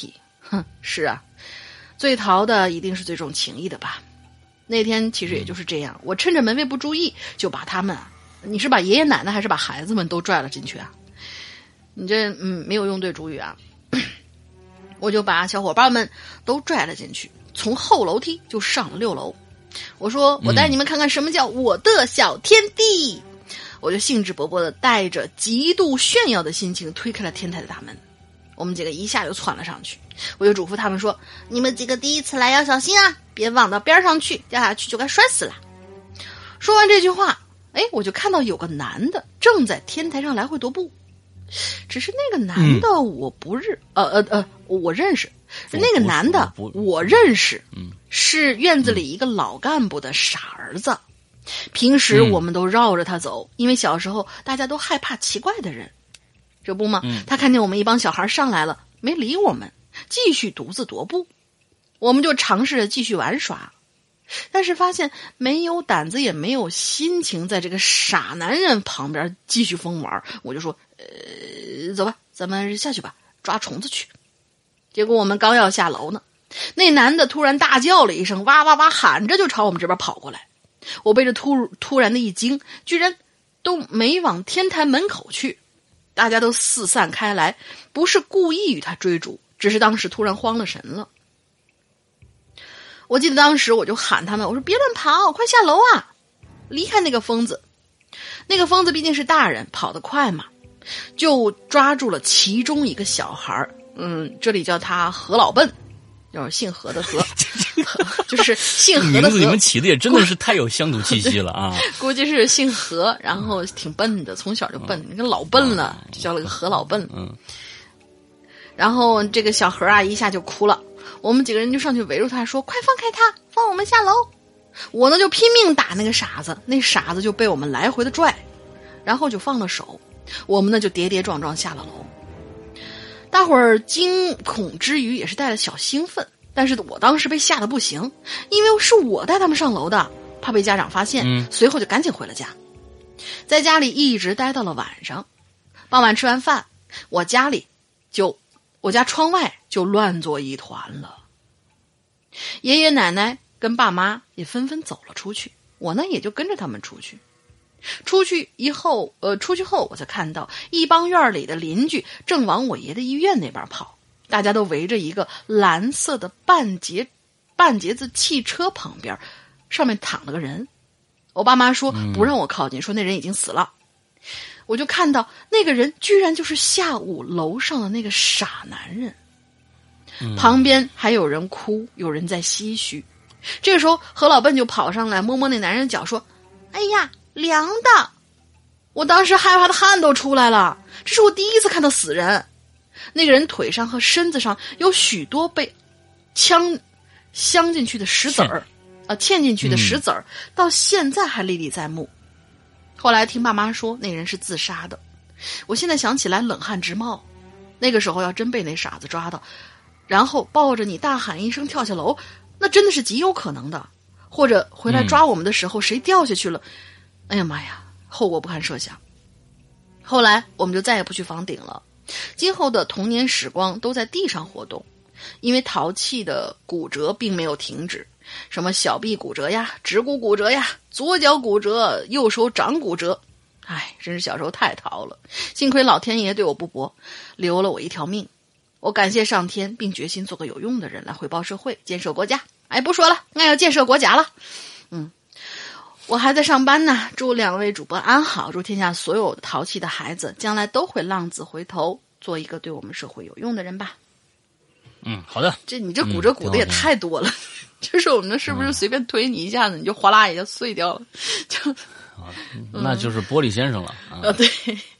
哼，是啊，最淘的一定是最重情义的吧。那天其实也就是这样，我趁着门卫不注意，就把他们你是把爷爷奶奶还是把孩子们都拽了进去啊？你这没有用对主语啊。我就把小伙伴们都拽了进去，从后楼梯就上了6楼。我说我带你们看看什么叫我的小天地。我就兴致勃勃地带着极度炫耀的心情推开了天台的大门。我们几个一下就窜了上去，我就嘱咐他们说，你们几个第一次来要小心啊，别往到边上去，掉下去就该摔死了。说完这句话，我就看到有个男的正在天台上来回踱步。只是那个男的我不我认识，那个男的我认识，是院子里一个老干部的傻儿子。平时我们都绕着他走，因为小时候大家都害怕奇怪的人。这不嘛，他看见我们一帮小孩上来了，没理我们，继续独自踱步。我们就尝试着继续玩耍，但是发现没有胆子也没有心情在这个傻男人旁边继续疯玩。我就说走吧，咱们下去吧，抓虫子去。结果我们刚要下楼呢，那男的突然大叫了一声，哇哇哇喊着就朝我们这边跑过来。我被这突然的一惊，居然都没往天台门口去，大家都四散开来，不是故意与他追逐，只是当时突然慌了神了。我记得当时我就喊他们，我说别乱跑，快下楼啊，离开那个疯子。那个疯子毕竟是大人，跑得快嘛，就抓住了其中一个小孩，这里叫他何老笨，就是姓何的何就是姓何的何。 名字你们起的也真的是太有乡土气息了啊！ 估计是姓何，然后挺笨的，从小就笨，你看老笨了，就叫了个何老笨。然后这个小何啊一下就哭了，我们几个人就上去围住他说，快放开他，放我们下楼。我呢就拼命打那个傻子，那傻子就被我们来回的拽，然后就放了手。我们呢就跌跌撞撞下了楼。大伙儿惊恐之余也是带了小兴奋，但是我当时被吓得不行，因为是我带他们上楼的，怕被家长发现，随后就赶紧回了家。在家里一直待到了晚上，傍晚吃完饭，我家窗外就乱作一团了。爷爷奶奶跟爸妈也纷纷走了出去，我呢也就跟着他们出去。出去后我才看到一帮院里的邻居正往我爷的医院那边跑，大家都围着一个蓝色的半截子汽车旁边，上面躺了个人。我爸妈说不让我靠近，说那人已经死了。我就看到那个人居然就是下午楼上的那个傻男人，旁边还有人哭，有人在唏嘘。这个时候何老笨就跑上来摸摸那男人的脚说，哎呀凉的。我当时害怕的汗都出来了，这是我第一次看到死人。那个人腿上和身子上有许多被镶进去的石子儿，嵌进去的石子儿，到现在还历历在目。后来听爸妈说那人是自杀的，我现在想起来冷汗直冒。那个时候要真被那傻子抓到，然后抱着你大喊一声跳下楼，那真的是极有可能的。或者回来抓我们的时候谁掉下去了，哎呀妈呀，后果不堪设想。后来我们就再也不去房顶了，今后的童年时光都在地上活动。因为淘气的骨折并没有停止，什么小臂骨折呀，指骨骨折呀，左脚骨折，右手掌骨折。真是小时候太淘了，幸亏老天爷对我不薄，留了我一条命。我感谢上天，并决心做个有用的人来回报社会，建设国家。不说了，俺要建设国家了。我还在上班呢，祝2位主播安好，祝天下所有的淘气的孩子将来都会浪子回头，做一个对我们社会有用的人吧。 好的。 你这骨折骨的也太多了，就是我们是不是随便推你一下子，你就哗啦一下碎掉了？ 那就是玻璃先生了啊。 对。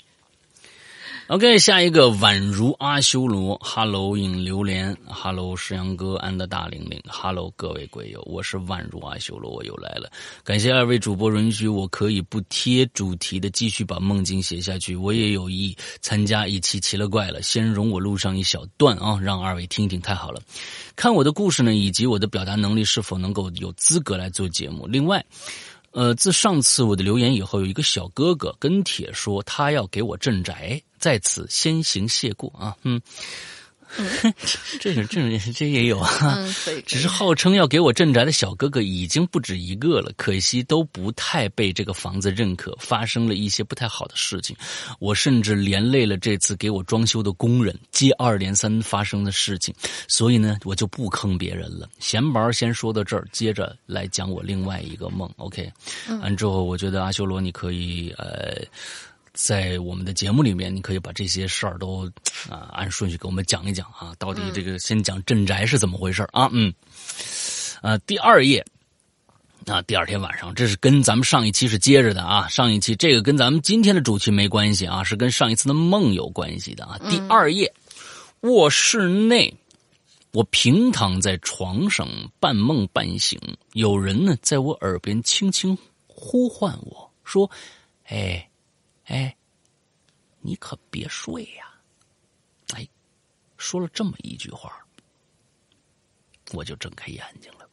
OK， 下一个宛如阿修罗 ，Hello 影榴莲 ，Hello 石阳哥，安的大玲玲 ，Hello 各位鬼友，我是宛如阿修罗，我又来了。感谢2位主播允许我可以不贴主题的继续把梦境写下去，我也有意参加一期奇了怪了，先容我录上一小段啊，让2位听听，太好了。看我的故事呢，以及我的表达能力是否能够有资格来做节目。另外。自上次我的留言以后，有一个小哥哥跟帖说他要给我镇宅，在此先行谢过啊。 这也有啊。只是号称要给我镇宅的小哥哥已经不止一个了，可惜都不太被这个房子认可，发生了一些不太好的事情。我甚至连累了这次给我装修的工人，接二连三发生的事情。所以呢，我就不坑别人了。闲白先说到这儿，接着来讲我另外一个梦。OK，完之后，我觉得阿修罗你可以在我们的节目里面，你可以把这些事儿都按顺序给我们讲一讲啊。到底这个先讲镇宅是怎么回事啊？第二页啊，第二天晚上，这是跟咱们上一期是接着的啊。上一期这个跟咱们今天的主题没关系啊，是跟上一次的梦有关系的啊。第二页，卧室内，我平躺在床上，半梦半醒，有人呢在我耳边轻轻呼唤我说：“哎，你可别睡呀！”哎，说了这么一句话，我就睁开眼睛了。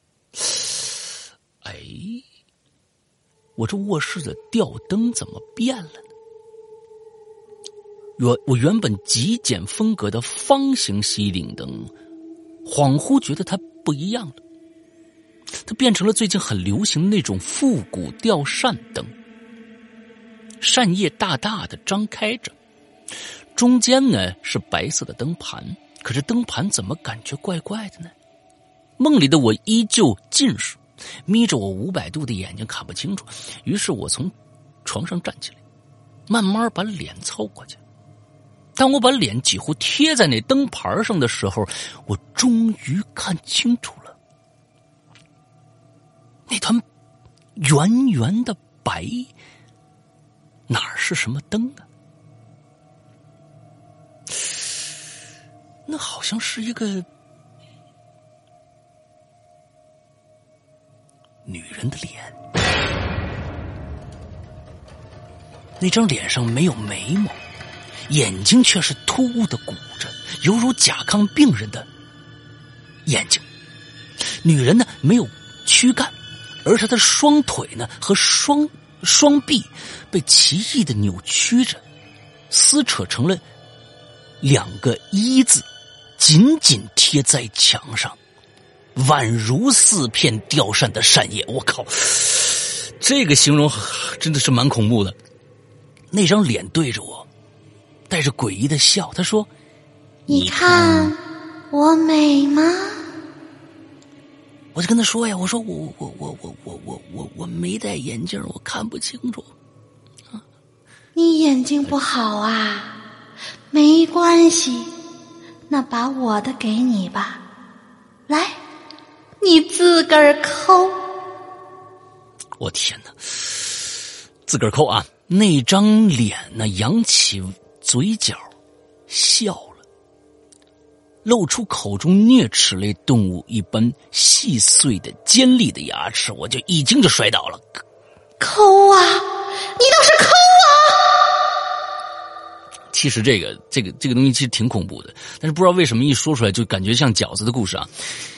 哎，我这卧室的吊灯怎么变了呢？我原本极简风格的方形吸顶灯，恍惚觉得它不一样了，它变成了最近很流行的那种复古吊扇灯。扇叶大大的张开着，中间呢是白色的灯盘，可是灯盘怎么感觉怪怪的呢？梦里的我依旧近视，眯着我500度的眼睛看不清楚，于是我从床上站起来，慢慢把脸凑过去。当我把脸几乎贴在那灯盘上的时候，我终于看清楚了，那团圆圆的白哪儿是什么灯啊？那好像是一个女人的脸，那张脸上没有眉毛，眼睛却是突兀的鼓着，犹如甲亢病人的眼睛。女人呢没有躯干，而她的双腿呢和双臂被奇异的扭曲着，撕扯成了2个一字，紧紧贴在墙上，宛如4片吊扇的扇叶。我靠，这个形容真的是蛮恐怖的。那张脸对着我，带着诡异的笑，他说：“ 你看我美吗？” 我就跟他说呀，我说我没戴眼镜，我看不清楚。 你眼睛不好啊？没关系，那把我的给你吧，来，你自个儿抠。 我天哪，自个儿抠啊！那张脸呢，扬起嘴角笑了，露出口中啮齿类动物一般细碎的尖利的牙齿，我就一惊就摔倒了。 抠啊，你倒是抠啊！ 其实这个东西其实挺恐怖的，但是不知道为什么一说出来就感觉像饺子的故事啊。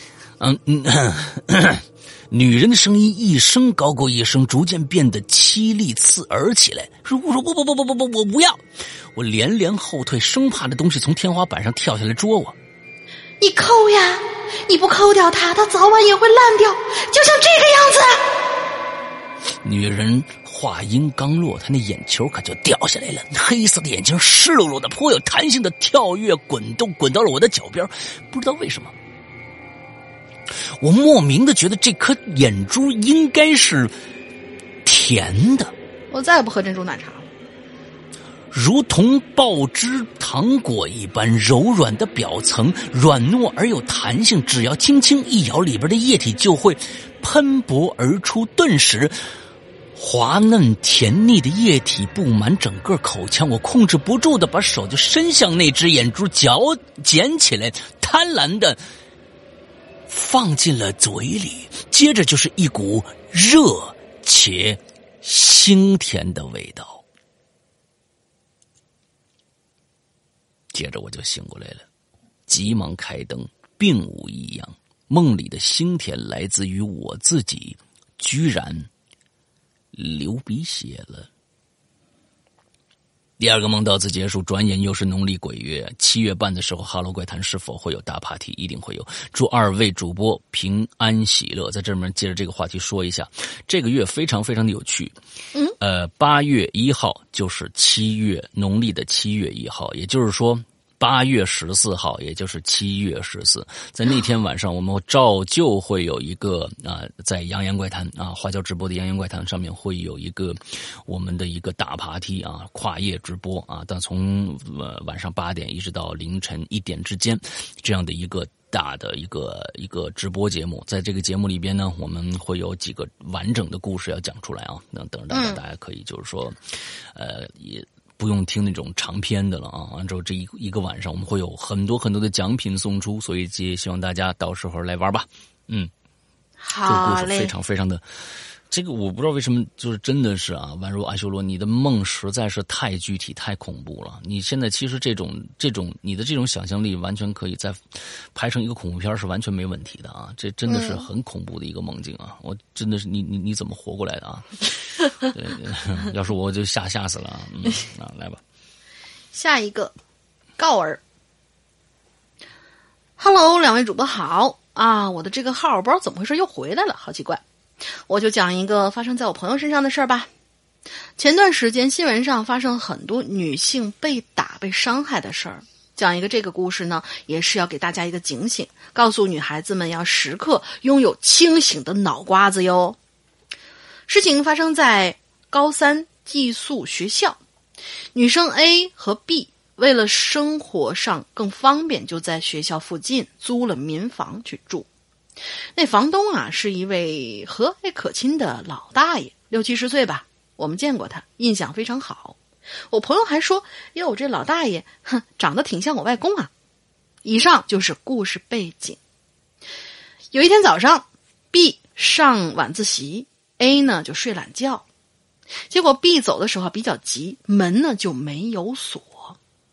女人的声音一声高过一声，逐渐变得凄厉刺耳起来。我说不，我不要！我连连后退，生怕这东西从天花板上跳下来捉我。 你抠呀，你不抠掉它，它早晚也会烂掉，就像这个样子。 女人话音刚落，她那眼球可就掉下来了，黑色的眼睛湿漉漉的，颇有弹性的跳跃滚动，滚到了我的脚边。不知道为什么，我莫名的觉得这颗眼珠应该是甜的。 我再也不喝珍珠奶茶了。 如同爆汁糖果一般柔软的表层，软糯而有弹性，只要轻轻一咬，里边的液体就会喷薄而出，顿时滑嫩甜腻的液体布满整个口腔，我控制不住的把手就伸向那只眼珠，捡起来，贪婪的放进了嘴里，接着就是一股热且腥甜的味道。接着我就醒过来了，急忙开灯，并无异样。梦里的腥甜来自于我自己居然流鼻血了。 第二个梦到此结束，转眼又是农历鬼月，7月半的时候，哈喽怪谈是否会有大 party？ 一定会有。祝二位主播平安喜乐。在这面接着这个话题说一下，这个月非常非常的有趣。8月1号就是农历的7月1号，也就是说8月14号，也就是7月14，在那天晚上，我们照旧会有一个在洋洋怪谈花椒直播的洋洋怪谈上面会有一个我们的一个大 party 跨夜直播但从晚上8点一直到凌晨1点之间，这样的一个大的一个直播节目。在这个节目里边呢，我们会有几个完整的故事要讲出来等着大家可以就是说也不用听那种长篇的了完之后这一个晚上我们会有很多很多的奖品送出，所以也希望大家到时候来玩吧。 好嘞， 这个故事非常非常的，这个我不知道为什么，就是真的是宛如阿修罗，你的梦实在是太具体太恐怖了。你现在其实这种你的这种想象力完全可以再拍成一个恐怖片是完全没问题的这真的是很恐怖的一个梦境我真的是你怎么活过来的对，要是我就吓死了来吧。 下一个告儿 ，Hello， 两位主播好我的这个号不知道怎么回事又回来了，好奇怪。我就讲一个发生在我朋友身上的事儿吧。前段时间新闻上发生了很多女性被打被伤害的事儿，讲一个这个故事呢，也是要给大家一个警醒，告诉女孩子们要时刻拥有清醒的脑瓜子哟。事情发生在高3寄宿学校，女生 A 和 B 为了生活上更方便，就在学校附近租了民房去住。那房东是一位和蔼可亲的老大爷，60、70岁吧，我们见过他，印象非常好。我朋友还说，哟，这老大爷长得挺像我外公以上就是故事背景。有一天早上 B 上晚自习， A 呢就睡懒觉，结果 B 走的时候比较急，门呢就没有锁。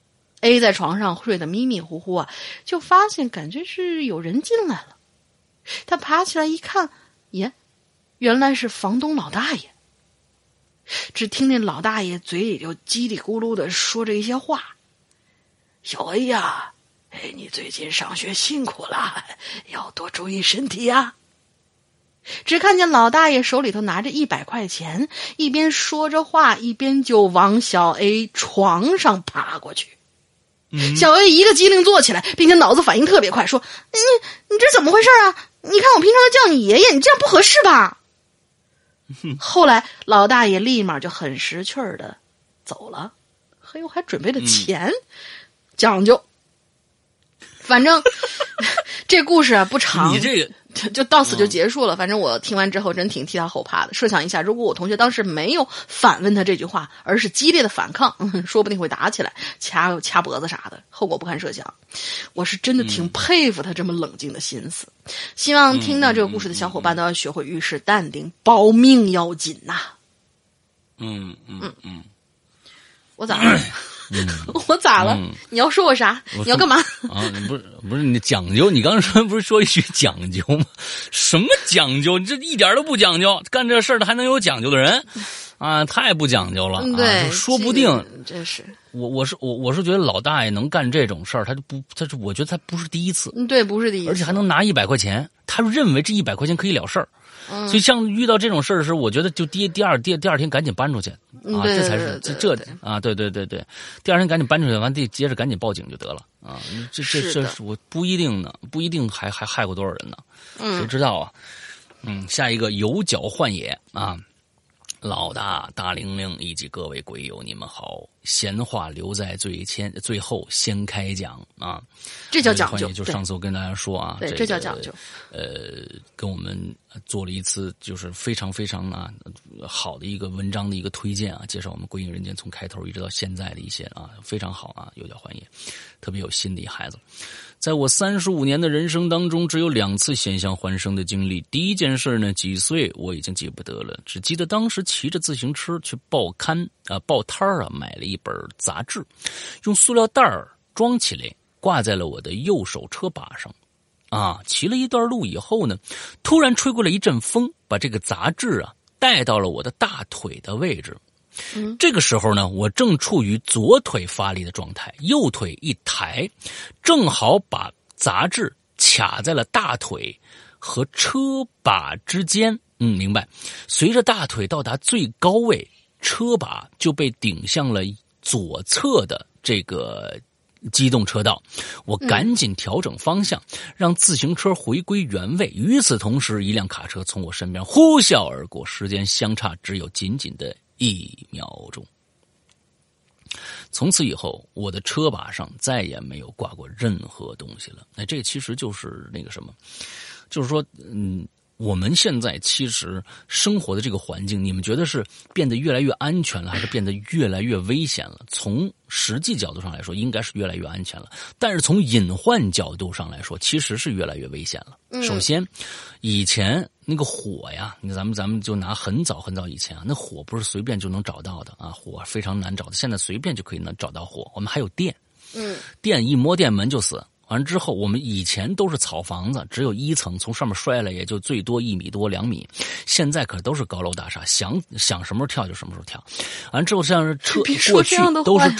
A 在床上睡得迷迷糊糊就发现感觉是有人进来了。他爬起来一看，原来是房东老大爷。只听那老大爷嘴里就叽里咕噜的说着一些话。小 A 呀，你最近上学辛苦了，要多注意身体只看见老大爷手里头拿着100块钱，一边说着话，一边就往小 A 床上爬过去。小 A 一个机灵坐起来，并且脑子反应特别快，说你这怎么回事你看我平常都叫你爷爷，你这样不合适吧后来老大爷立马就很识趣儿的走了，还准备了钱，讲究。反正这故事不长， 你这个就到此就结束了。反正我听完之后真挺替他后怕的。设想一下，如果我同学当时没有反问他这句话，而是激烈的反抗，说不定会打起来，掐脖子啥的，后果不堪设想。我是真的挺佩服他这么冷静的心思。希望听到这个故事的小伙伴都要学会遇事淡定，保命要紧我咋了？我咋了？你要说我啥？你要干嘛？ 不是你讲究，你刚才不是说一句讲究吗？什么讲究？你这一点都不讲究，干这事儿的还能有讲究的人太不讲究了对， 说不定真是。 我是觉得老大爷能干这种事儿，我觉得他不是第一次。 对，不是第一次， 而且还能拿100块钱，他认为这100块钱可以了事儿。所以像遇到这种事儿的时候，我觉得就第二天赶紧搬出去这才是对，第二天赶紧搬出去，完接着赶紧报警就得了这是我不一定还害过多少人呢谁知道下一个有脚幻野老大、大玲玲以及各位鬼友，你们好！闲话留在最后，先开讲这叫讲究。 就上次我跟大家说对，这叫讲究。 跟我们做了一次就是非常非常好的一个文章的一个推荐介绍我们《鬼影人间》从开头一直到现在的一些非常好有脚幻野，特别有心的一孩子。在我35年的人生当中，只有2次险象环生的经历。第一件事呢，几岁我已经记不得了，只记得当时骑着自行车去报摊买了一本杂志，用塑料袋装起来，挂在了我的右手车把上。骑了一段路以后呢，突然吹过了一阵风，把这个杂志带到了我的大腿的位置。 这个时候呢，我正处于左腿发力的状态，右腿一抬，正好把杂志卡在了大腿和车把之间。明白。随着大腿到达最高位，车把就被顶向了左侧的这个机动车道，我赶紧调整方向，让自行车回归原位。与此同时，一辆卡车从我身边呼啸而过，时间相差只有仅仅的1秒钟。从此以后，我的车把上再也没有挂过任何东西了。这其实就是那个什么，就是说，我们现在其实生活的这个环境，你们觉得是变得越来越安全了，还是变得越来越危险了？从实际角度上来说，应该是越来越安全了。但是从隐患角度上来说，其实是越来越危险了。首先，以前那个火呀，咱们就拿很早以前啊，那火不是随便就能找到的啊，火非常难找的。现在随便就可以能找到火。我们还有电，电一摸电门就死。完了之后，我们以前都是草房子，只有1层，从上面摔了也就最多1米多2米。现在可都是高楼大厦，想什么时候跳就什么时候跳。完了之后，像是车过去都是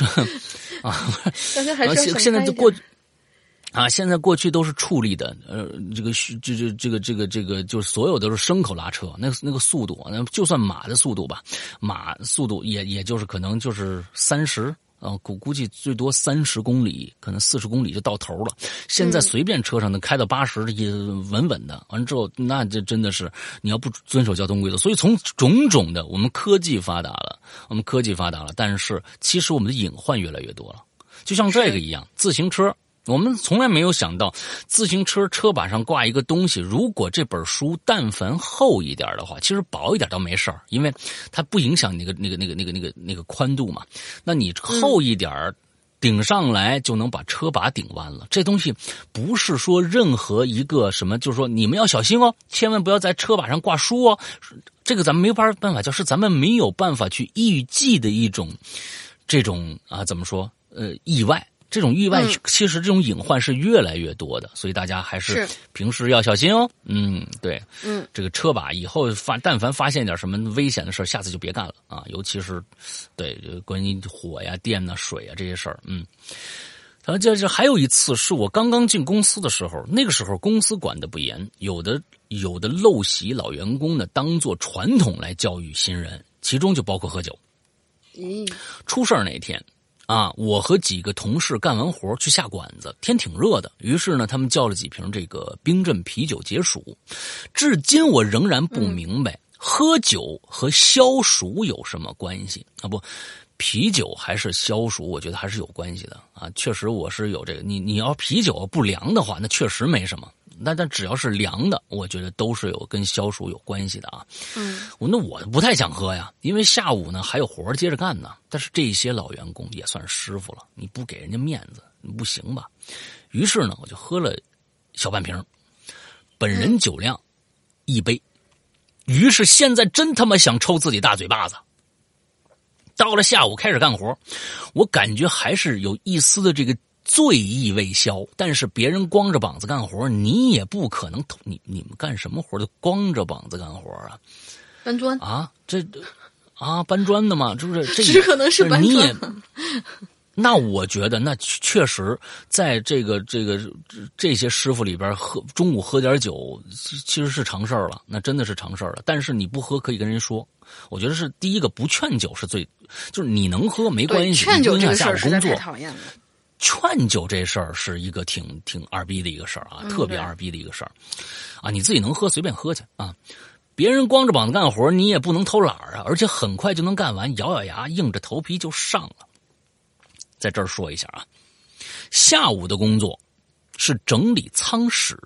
现在就过现在过去都是矗立的，这个就是所有都是牲口拉车，那个速度，就算马的速度吧，马速度也就是可能就是30。估计最多30公里，可能40公里就到头了。现在随便车上能开到80也稳稳的。完了之后，那这真的是你要不遵守交通规则。所以从种种的，我们科技发达了，但是其实我们的隐患越来越多了。就像这个一样，自行车。我们从来没有想到，自行车车把上挂一个东西，如果这本书但凡厚一点的话，其实薄一点倒没事儿，因为它不影响那个宽度嘛。那你厚一点顶上来就能把车把顶弯了。这东西不是说任何一个什么，就是说你们要小心哦，千万不要在车把上挂书哦。这个咱们没有办法就是咱们没有办法去预计的一种这种怎么说意外。这种意外，其实这种隐患是越来越多的，所以大家还是平时要小心哦。对，这个车把以后但凡发现点什么危险的事，下次就别干了啊！尤其是对关于火呀、电呐、水啊这些事儿。这还有一次是我刚刚进公司的时候，那个时候公司管得不严，有的陋习老员工呢，当作传统来教育新人，其中就包括喝酒。出事儿那天。我和几个同事干完活去下馆子，天挺热的，于是呢，他们叫了几瓶这个冰镇啤酒解暑。至今我仍然不明白，喝酒和消暑有什么关系啊？不，啤酒还是消暑，我觉得还是有关系的啊。确实我是有这个，你要啤酒不凉的话，那确实没什么。但只要是凉的，我觉得都是有跟消暑有关系的啊。那我不太想喝呀，因为下午呢还有活接着干呢。但是这些老员工也算师傅了，你不给人家面子不行吧？于是呢，我就喝了小半瓶，本人酒量1杯。于是现在真他妈想抽自己大嘴巴子。到了下午开始干活，我感觉还是有一丝的这个醉意未消，但是别人光着膀子干活，你也不可能你们干什么活都光着膀子干活啊？ 搬砖啊？搬砖的嘛，是不是？这只可能是搬砖。 那我觉得，那确实在这些师傅里边中午喝点酒，其实是常事儿了，那真的是常事儿了。但是你不喝可以跟人说，我觉得是第一个，不劝酒是就是你能喝没关系， 劝酒这个事儿实在太讨厌了。 劝酒这事儿是一个挺二逼的一个事儿啊，特别二逼的一个事儿啊！你自己能喝随便喝去啊，别人光着膀子干活，你也不能偷懒啊，而且很快就能干完，咬咬牙硬着头皮就上了。在这儿说一下啊，下午的工作是整理仓史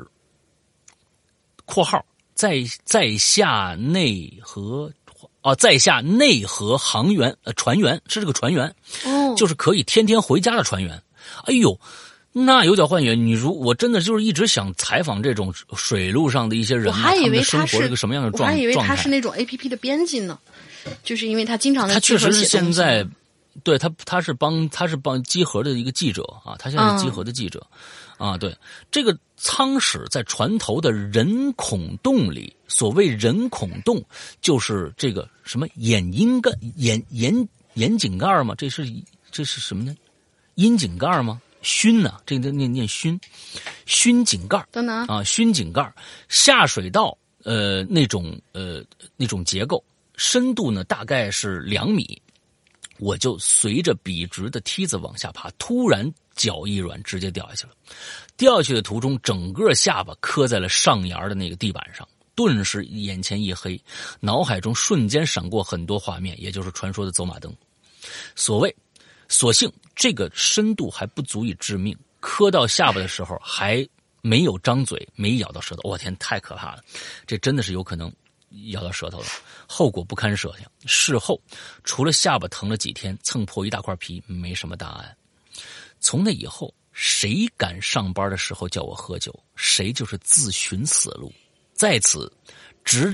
（括号在下内河航员船员是这个船员，就是可以天天回家的船员。哎呦，那有点幻觉。我真的就是一直想采访这种水路上的一些人，他们的生活是个什么样的状态？ 我还以为他是那种 APP 的编辑呢，就是因为他经常在。 他确实是现在。 对他是帮集合的一个记者啊，他现在是集合的记者啊。对，这个舱室在船头的人孔洞里，所谓人孔洞就是这个什么眼井盖吗？这是什么呢？阴井盖吗？熏呢？这个念熏井盖啊，熏井盖下水道那种结构，深度呢大概是2米。我就随着笔直的梯子往下爬，突然脚一软，直接掉下去了。掉下去的途中，整个下巴磕在了上沿的那个地板上，顿时眼前一黑，脑海中瞬间闪过很多画面，也就是传说的走马灯。所幸这个深度还不足以致命，磕到下巴的时候还没有张嘴，没咬到舌头。我天，太可怕了，这真的是有可能咬到舌头了，后果不堪设想。事后除了下巴疼了几天，蹭破一大块皮，没什么大碍。从那以后，谁敢上班的时候叫我喝酒，谁就是自寻死路。在此直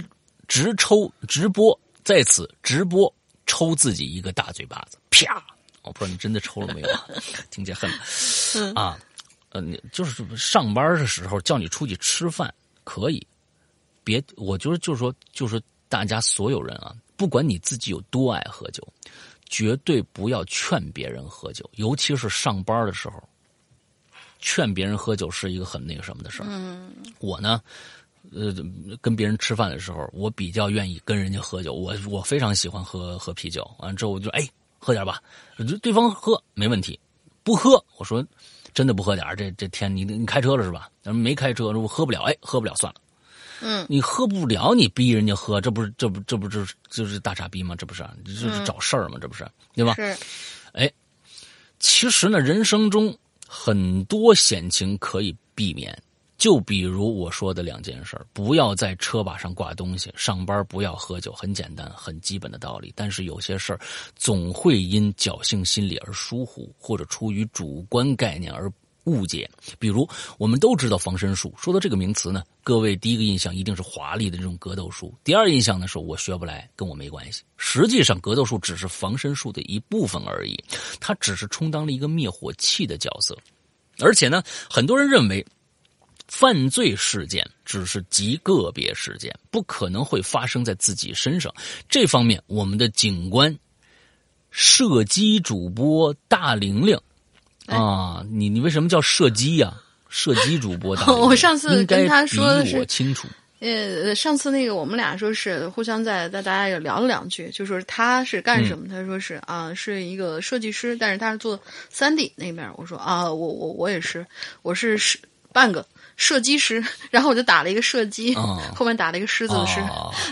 播抽自己一个大嘴巴子，啪！我不知道你真的抽了没有啊？挺解恨的啊。你就是上班的时候叫你出去吃饭可以，别，我觉得就是说大家所有人啊，不管你自己有多爱喝酒，绝对不要劝别人喝酒，尤其是上班的时候，劝别人喝酒是一个很那个什么的事儿。我呢，跟别人吃饭的时候，我比较愿意跟人家喝酒，我非常喜欢喝啤酒。完了之后我就喝点吧，对方喝没问题，不喝我说真的不喝点，这天你开车了是吧？没开车，我喝不了，喝不了算了。你喝不了，你逼人家喝，这不就是大傻逼吗？这不是，这是找事儿吗？这不是，对吧？ 是。 其实呢，人生中很多险情可以避免，就比如我说的2件事，不要在车把上挂东西，上班不要喝酒，很简单，很基本的道理。但是有些事儿总会因侥幸心理而疏忽，或者出于主观概念而误解。比如我们都知道防身术，说到这个名词呢，各位第一个印象一定是华丽的这种格斗术，第二印象呢是我学不来，跟我没关系。实际上格斗术只是防身术的一部分而已，它只是充当了一个灭火器的角色。而且呢，很多人认为犯罪事件只是极个别事件，不可能会发生在自己身上。这方面我们的警官射击主播大玲玲啊，你为什么叫射击呀？射击主播大玲玲我上次跟他说的是， 应该比我清楚。 上次那个我们俩说是互相在大家也聊了2句，就说他是干什么？他说是是一个设计师，但是他是做3D 那边。我说我也是，我是半个射击师，然后我就打了一个射击，后面打了一个狮子的狮。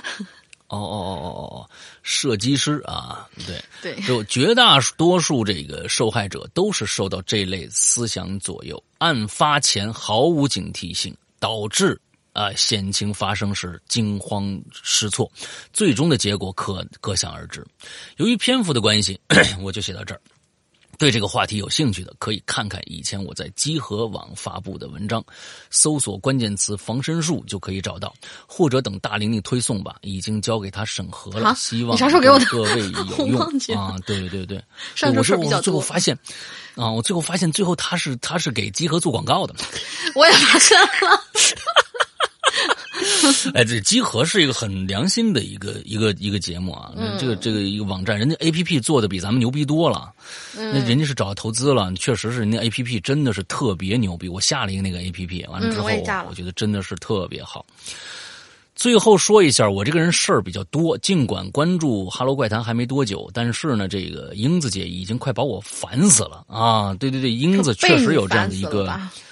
射击师啊，对，就绝大多数这个受害者都是受到这类思想左右，案发前毫无警惕性，导致险情发生时惊慌失措，最终的结果可想而知。由于篇幅的关系，我就写到这儿。对这个话题有兴趣的，可以看看以前我在集合网发布的文章，搜索关键词防身术就可以找到，或者等大玲玲推送吧，已经交给他审核了，希望对各位有用啊！对， 上周事比较多。 我最后发现最后他是给集合做广告的， 我也发现了。 这集合是一个很良心的一个节目啊，这个一个网站，人家 APP 做的比咱们牛逼多了，那人家是找到投资了，确实是人家 APP 真的是特别牛逼，我下了一个那个 APP， 完了之后我觉得真的是特别好。最后说一下，我这个人事儿比较多，尽管关注哈喽怪谈还没多久，但是呢，这个英子姐已经快把我烦死了啊！对，英子确实有这样的一个。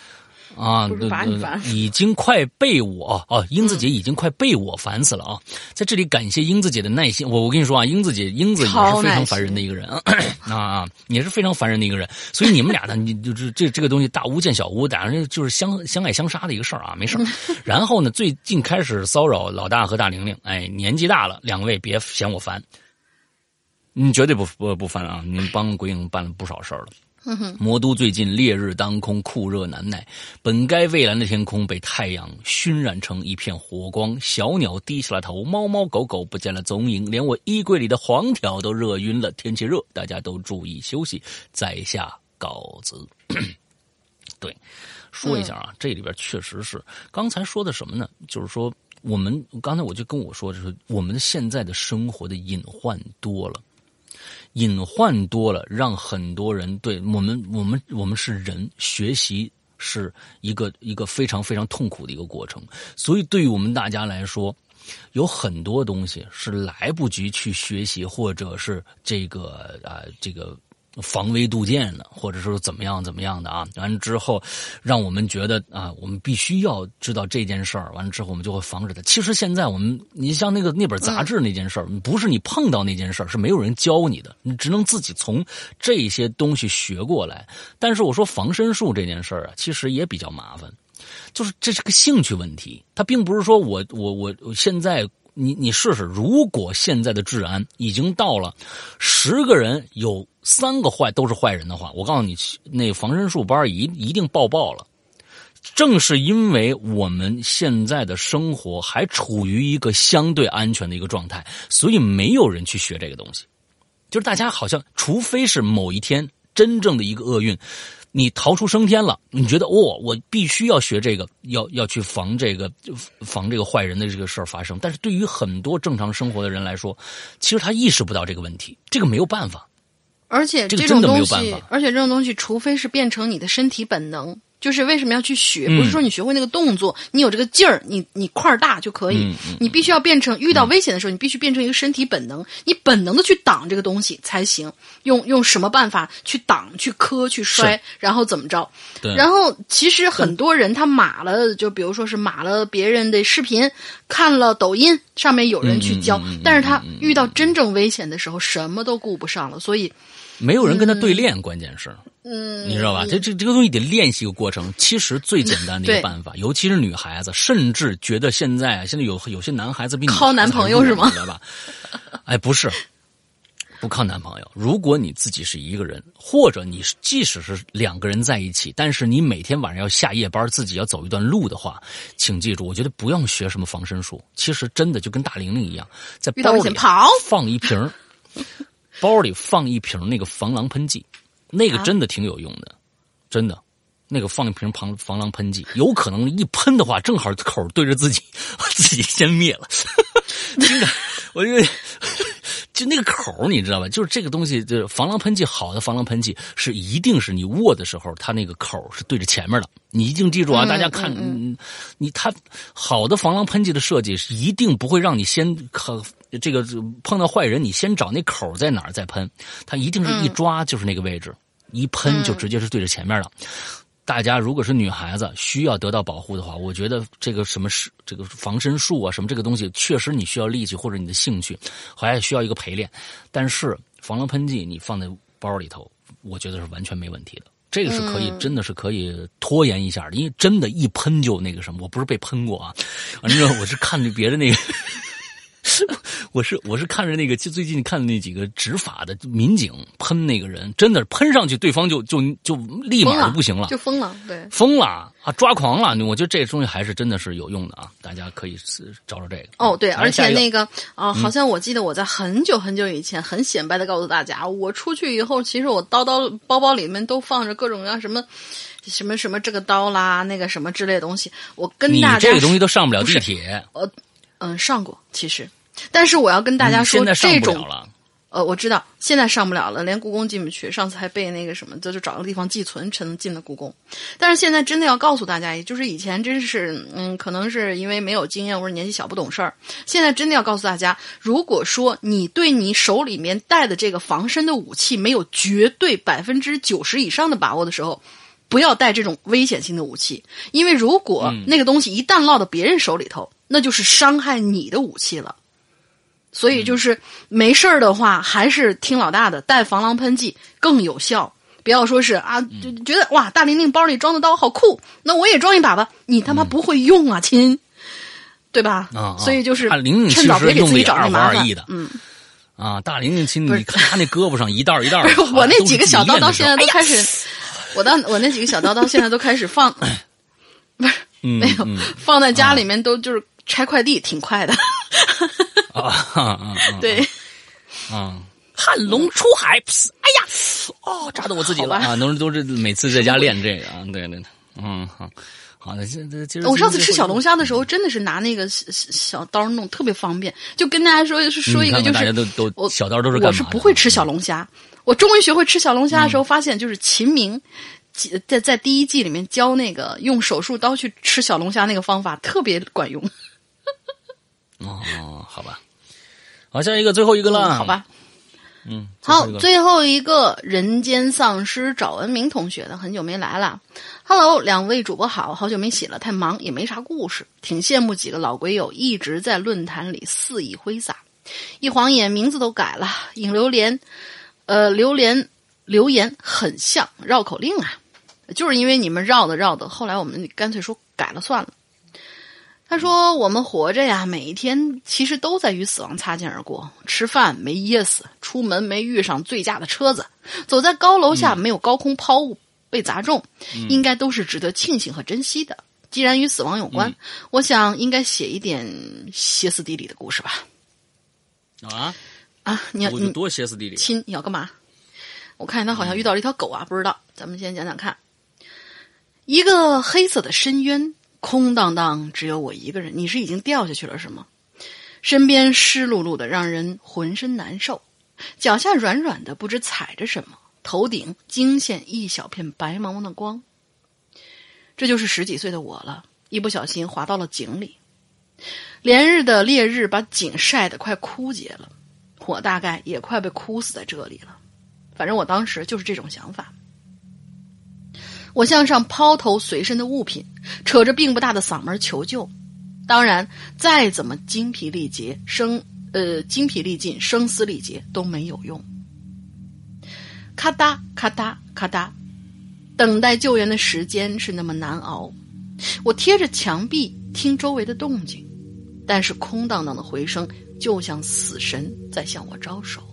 已经快被我英子姐已经快被我烦死了啊！在这里感谢英子姐的耐心，我跟你说啊，英子也是非常烦人的一个人啊，也是非常烦人的一个人。所以你们俩呢，你就是这个东西大巫见小巫，俩人就是相爱相杀的一个事儿啊，没事。然后呢，最近开始骚扰老大和大玲玲，年纪大了，2位别嫌我烦，绝对不烦啊！您帮鬼影办了不少事儿了。 魔都最近烈日当空，酷热难耐，本该蔚蓝的天空被太阳熏染成一片火光，小鸟低下了头，猫猫狗狗不见了踪影，连我衣柜里的黄条都热晕了。天气热，大家都注意休息。在下稿子。对，说一下啊，这里边确实是刚才说的什么呢？就是说刚才我就跟我说，就是我们现在的生活的隐患多了。让很多人对我们是人，学习是一个非常非常痛苦的一个过程，所以对于我们大家来说，有很多东西是来不及去学习，或者是这个防微杜渐的，或者说怎么样的啊，完了之后让我们觉得啊，我们必须要知道这件事儿，完了之后我们就会防止它。其实现在你像那本杂志那件事儿，不是你碰到那件事儿，是没有人教你的，你只能自己从这些东西学过来。但是我说防身术这件事儿啊，其实也比较麻烦，就是这是个兴趣问题，它并不是说我现在。你试试，如果现在的治安已经到了10个人有3个都是坏人的话，我告诉你，那防身术班一定爆了。正是因为我们现在的生活还处于一个相对安全的一个状态，所以没有人去学这个东西。就是大家好像，除非是某一天真正的一个厄运，你逃出升天了，你觉得我必须要学这个，要去防这个坏人的这个事儿发生。但是对于很多正常生活的人来说，其实他意识不到这个问题，这个没有办法。 而且这种东西，除非是变成你的身体本能。就是为什么要去学？不是说你学会那个动作，你有这个劲儿，你块儿大就可以。你必须要变成遇到危险的时候，你必须变成一个身体本能，你本能的去挡这个东西才行。用什么办法去挡、去磕、去摔，然后怎么着？ 对。 然后其实很多人他码了，就比如说是码了别人的视频，看了抖音上面有人去教，但是他遇到真正危险的时候，什么都顾不上了，所以没有人跟他对练，关键是。你知道吧？这个东西得练习一个过程。其实最简单的一个办法，尤其是女孩子，甚至觉得现在有些男孩子比你靠男朋友是吗？ 知道吧？哎，不是，不靠男朋友。如果你自己是一个人，或者你即使是2个人在一起，但是你每天晚上要下夜班，自己要走一段路的话，请记住，我觉得不用学什么防身术。其实真的就跟大玲玲一样，在包里放一瓶，包里放一瓶那个防狼喷剂。那个真的挺有用的，真的，那个放一瓶防狼喷剂，有可能一喷的话，正好口对着自己先灭了。真的，我觉得就那个口，你知道吧？就是这个东西，就是防狼喷剂，好的防狼喷剂一定是你握的时候，它那个口是对着前面的。你一定记住啊，大家看，它好的防狼喷剂的设计是一定不会让你先这个碰到坏人，你先找那口在哪儿再喷，它一定是一抓就是那个位置，一喷就直接是对着前面的。大家如果是女孩子需要得到保护的话，我觉得这个这个防身术啊，什么这个东西，确实你需要力气或者你的兴趣，还需要一个陪练。但是防狼喷剂你放在包里头，我觉得是完全没问题的。这个是可以，真的是可以拖延一下的，因为真的，一喷就那个什么。我不是被喷过啊，反正我是看着别的那个。我是看着那个，就最近看那几个执法的民警喷那个人，真的喷上去，对方就立马就不行了， 就疯了，对， 疯了啊，抓狂了。我觉得这东西还是真的是有用的啊，大家可以找找这个。 哦，对，而且那个好像我记得我在很久很久以前很显摆的告诉大家，我出去以后，其实我包包里面都放着各种各样什么这个刀啦，那个什么之类的东西。我跟大家， 你这个东西都上不了地铁。 上过其实，但是我要跟大家说， 现在上不了了。 我知道现在上不了了，连故宫进不去。上次还被那个什么，就找个地方寄存才能进了故宫。但是现在真的要告诉大家，也就是以前真是可能是因为没有经验或者年纪小不懂事儿。现在真的要告诉大家，如果说你对你手里面带的这个防身的武器没有绝对90%以上的把握的时候，不要带这种危险性的武器，因为如果那个东西一旦落到别人手里头，那就是伤害你的武器了。所以就是没事儿的话，还是听老大的，带防狼喷剂更有效。不要说是啊，就觉得哇，大玲玲包里装的刀好酷，那我也装一把吧。你他妈不会用啊，亲，对吧？所以就是趁早别给自己找那麻烦。 啊，大玲玲亲，你看他那胳膊上一道一道的。 我那几个小刀到现在都开始，我那几个小刀到现在都开始放，不是没有放在家里面，都就是拆快递，挺快的。对， 汉龙出海，哎呀，扎到我自己了啊！都是每次在家练这个啊，对，好的，这我上次吃小龙虾的时候，真的是拿那个小刀弄，特别方便。就跟大家说一个，就是大家都小刀都是干嘛的？ 我是不会吃小龙虾，我终于学会吃小龙虾的时候，发现就是秦明在第一季里面教那个用手术刀去吃小龙虾那个方法特别管用。 好吧，好，下一个最后一个了， 好吧。好，最后一个人间丧尸赵文明同学的，很久没来了。Hello， 两位主播好，好久没写了，太忙也没啥故事，挺羡慕几个老鬼友一直在论坛里肆意挥洒，一晃眼名字都改了，引榴莲，留言很像绕口令啊，就是因为你们绕的，后来我们干脆说改了算了。他说我们活着呀，每一天其实都在与死亡擦肩而过，吃饭没噎死，出门没遇上醉驾的车子，走在高楼下没有高空抛物被砸中，应该都是值得庆幸和珍惜的。既然与死亡有关，我想应该写一点歇斯底里的故事吧。你多歇斯底里？ 亲，你要干嘛？我看见他好像遇到了一条狗啊，不知道。咱们先讲讲看。一个黑色的深渊，空荡荡，只有我一个人。你是已经掉下去了是吗？身边湿漉漉的，让人浑身难受，脚下软软的，不知踩着什么，头顶惊现一小片白茫茫的光。这就是10几岁的我了，一不小心滑到了井里。连日的烈日把井晒得快枯竭了，我大概也快被枯死在这里了。反正我当时就是这种想法。我向上抛投随身的物品，扯着并不大的嗓门求救。当然，再怎么精疲力尽、声嘶力竭都没有用。咔嗒咔嗒咔嗒，等待救援的时间是那么难熬。我贴着墙壁听周围的动静，但是空荡荡的回声就像死神在向我招手。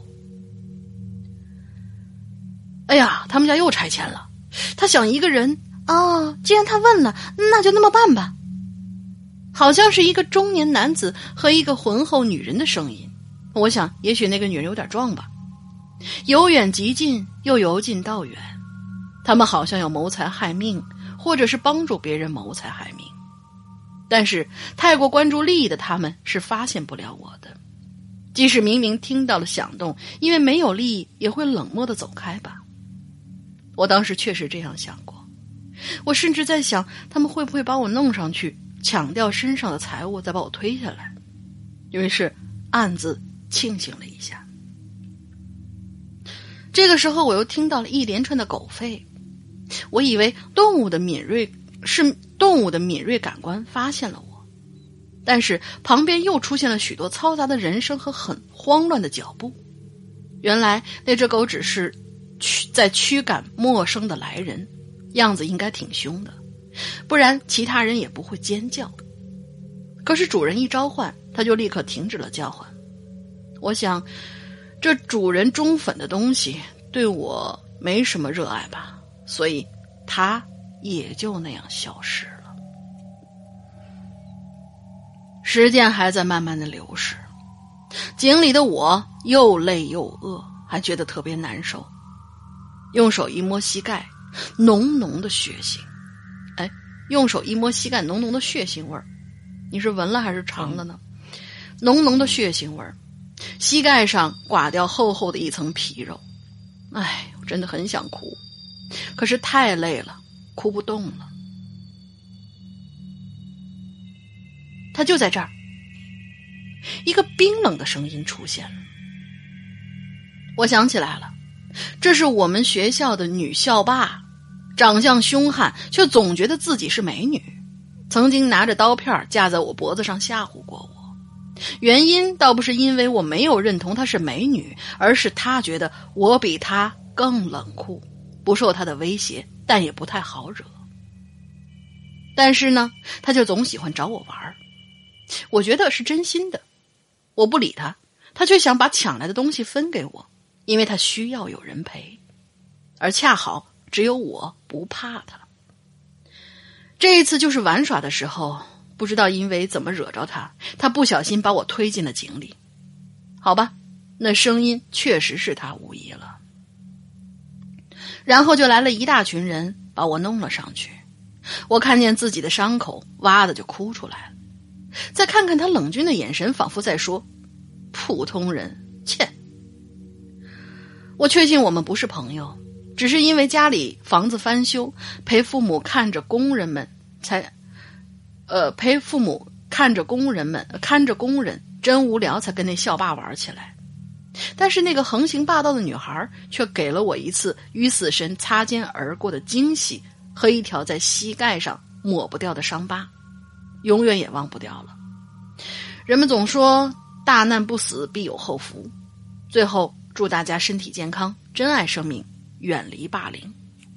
哎呀，他们家又拆迁了。他想一个人既然他问了，那就那么办吧。好像是一个中年男子和一个浑厚女人的声音。我想也许那个女人有点壮吧。由远及近，又由近到远，他们好像要谋财害命，或者是帮助别人谋财害命。但是太过关注利益的他们是发现不了我的。即使明明听到了响动，因为没有利益也会冷漠地走开吧。我当时确实这样想过，我甚至在想他们会不会把我弄上去，抢掉身上的财物，再把我推下来。于是暗自庆幸了一下。这个时候我又听到了一连串的狗吠，我以为动物的敏锐感官发现了我，但是旁边又出现了许多嘈杂的人声和很慌乱的脚步。原来那只狗只是在驱赶陌生的来人，样子应该挺凶的，不然其他人也不会尖叫。可是主人一召唤，它就立刻停止了叫唤。我想这主人忠粉的东西对我没什么热爱吧，所以它也就那样消失了。时间还在慢慢的流逝，井里的我又累又饿，还觉得特别难受。用手一摸膝盖，浓浓的血腥。用手一摸膝盖，浓浓的血腥味儿。你是闻了还是尝了呢？浓浓的血腥味儿。膝盖上刮掉厚厚的一层皮肉。我真的很想哭，可是太累了，哭不动了。他就在这儿，一个冰冷的声音出现了。我想起来了，这是我们学校的女校霸，长相凶悍，却总觉得自己是美女，曾经拿着刀片架在我脖子上吓唬过我。原因倒不是因为我没有认同她是美女，而是她觉得我比她更冷酷，不受她的威胁，但也不太好惹。但是呢，她就总喜欢找我玩，我觉得是真心的。我不理她， 他却想把抢来的东西分给我，因为他需要有人陪，而恰好只有我不怕他。这一次就是玩耍的时候，不知道因为怎么惹着他，他不小心把我推进了井里。好吧，那声音确实是他无疑了。然后就来了一大群人把我弄了上去，我看见自己的伤口，哇的就哭出来了。再看看他冷峻的眼神，仿佛在说普通人切。我确信我们不是朋友，只是因为家里房子翻修，陪父母看着工人真无聊，才跟那校霸玩起来。但是那个横行霸道的女孩却给了我一次与死神擦肩而过的惊喜和一条在膝盖上抹不掉的伤疤，永远也忘不掉了。人们总说大难不死必有后福，最后祝大家身体健康，珍爱生命，远离霸凌。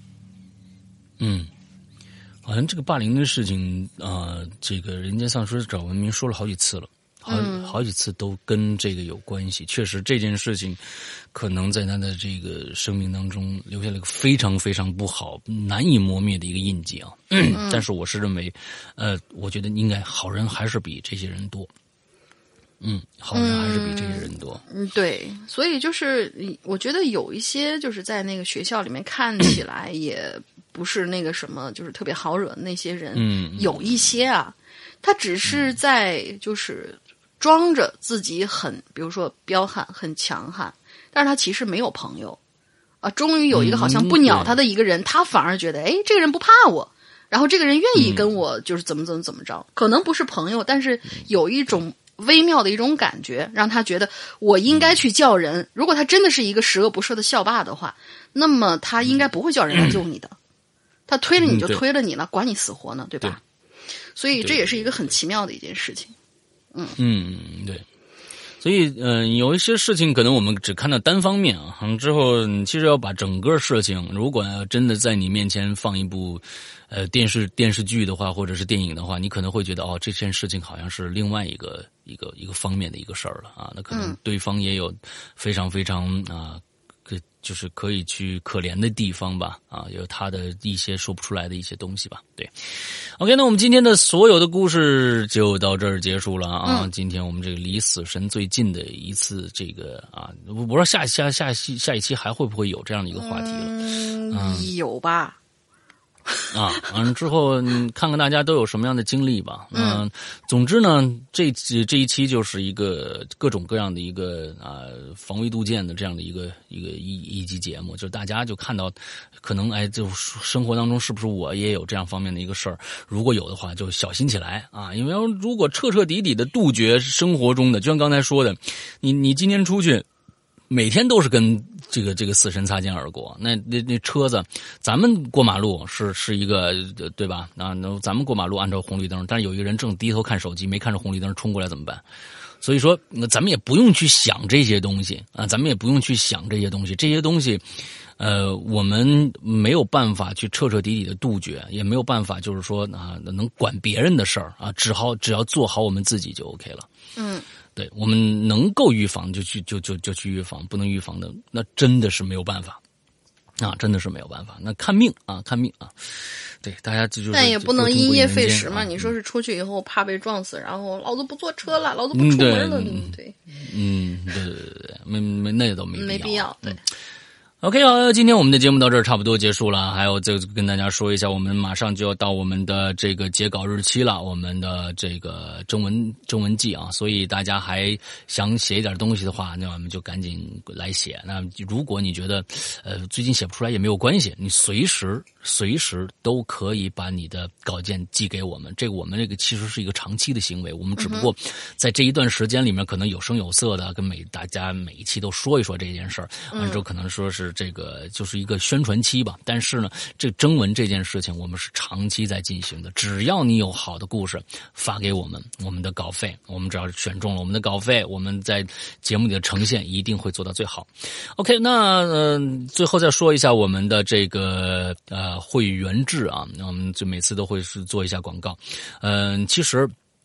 好像这个霸凌的事情这个人间丧尸找文明说了好几次了，好几次都跟这个有关系。确实这件事情可能在他的这个生命当中留下了一个非常非常不好难以磨灭的一个印记啊。但是我是认为我觉得应该好人还是比这些人多。好人还是比这些人多。 对，所以就是我觉得有一些就是在那个学校里面看起来也不是那个什么就是特别好惹的那些人，有一些啊他只是在就是装着自己很比如说彪悍很强悍，但是他其实没有朋友啊。终于有一个好像不鸟他的一个人，他反而觉得这个人不怕我，然后这个人愿意跟我就是怎么着，可能不是朋友，但是有一种微妙的一种感觉，让他觉得我应该去叫人。如果他真的是一个十恶不赦的校霸的话，那么他应该不会叫人来救你的。他推了你就推了你了，管你死活呢，对吧？所以这也是一个很奇妙的一件事情。 对。所以有一些事情可能我们只看到单方面啊，之后其实要把整个事情，如果真的在你面前放一部电视剧的话，或者是电影的话，你可能会觉得这件事情好像是另外一个方面的一个事儿了啊。那可能对方也有非常非常就是可以去可怜的地方吧，有他的一些说不出来的一些东西吧。对 ，OK， 那我们今天的所有的故事就到这儿结束了啊。今天我们这个离死神最近的一次这个我不知道下一期还会不会有这样的一个话题了。 有吧。 之后看看大家都有什么样的经历吧。总之呢，这一期就是一个各种各样的一个防微杜渐的这样的一集节目，就是大家就看到可能就生活当中是不是我也有这样方面的一个事儿，如果有的话就小心起来啊。因为如果彻底的杜绝生活中的，就像刚才说的，你今天出去每天都是跟这个死神擦肩而过，那车子，咱们过马路是一个对吧？那咱们过马路按照红绿灯，但是有一个人正低头看手机，没看着红绿灯冲过来怎么办？所以说，咱们也不用去想这些东西啊，这些东西，我们没有办法去彻底的杜绝，也没有办法就是说能管别人的事儿啊，只要做好我们自己就 OK 了。对，我们能够预防就去预防，不能预防的那真的是没有办法真的是没有办法。那看命啊。对，大家就是但也不能因噎废食嘛。你说是出去以后怕被撞死，然后老子不坐车了，老子不出门了，对。 对，没那也都没必要，对。 OK， 好，今天我们的节目到这儿差不多结束了。还有就跟大家说一下，我们马上就要到我们的这个截稿日期了，我们的这个征文季啊，所以大家还想写一点东西的话，那我们就赶紧来写。那如果你觉得最近写不出来也没有关系，你随时都可以把你的稿件寄给我们。我们这个其实是一个长期的行为，我们只不过在这一段时间里面可能有声有色的跟大家每一期都说一说这件事儿，完之后可能说是这个就是一个宣传期吧。但是呢，这个征文这件事情我们是长期在进行的，只要你有好的故事发给我们，我们的稿费，我们只要选中了我们的稿费，我们在节目里的呈现一定会做到最好。OK， 那最后再说一下我们的这个会员制啊，我们就每次都会是做一下广告。其实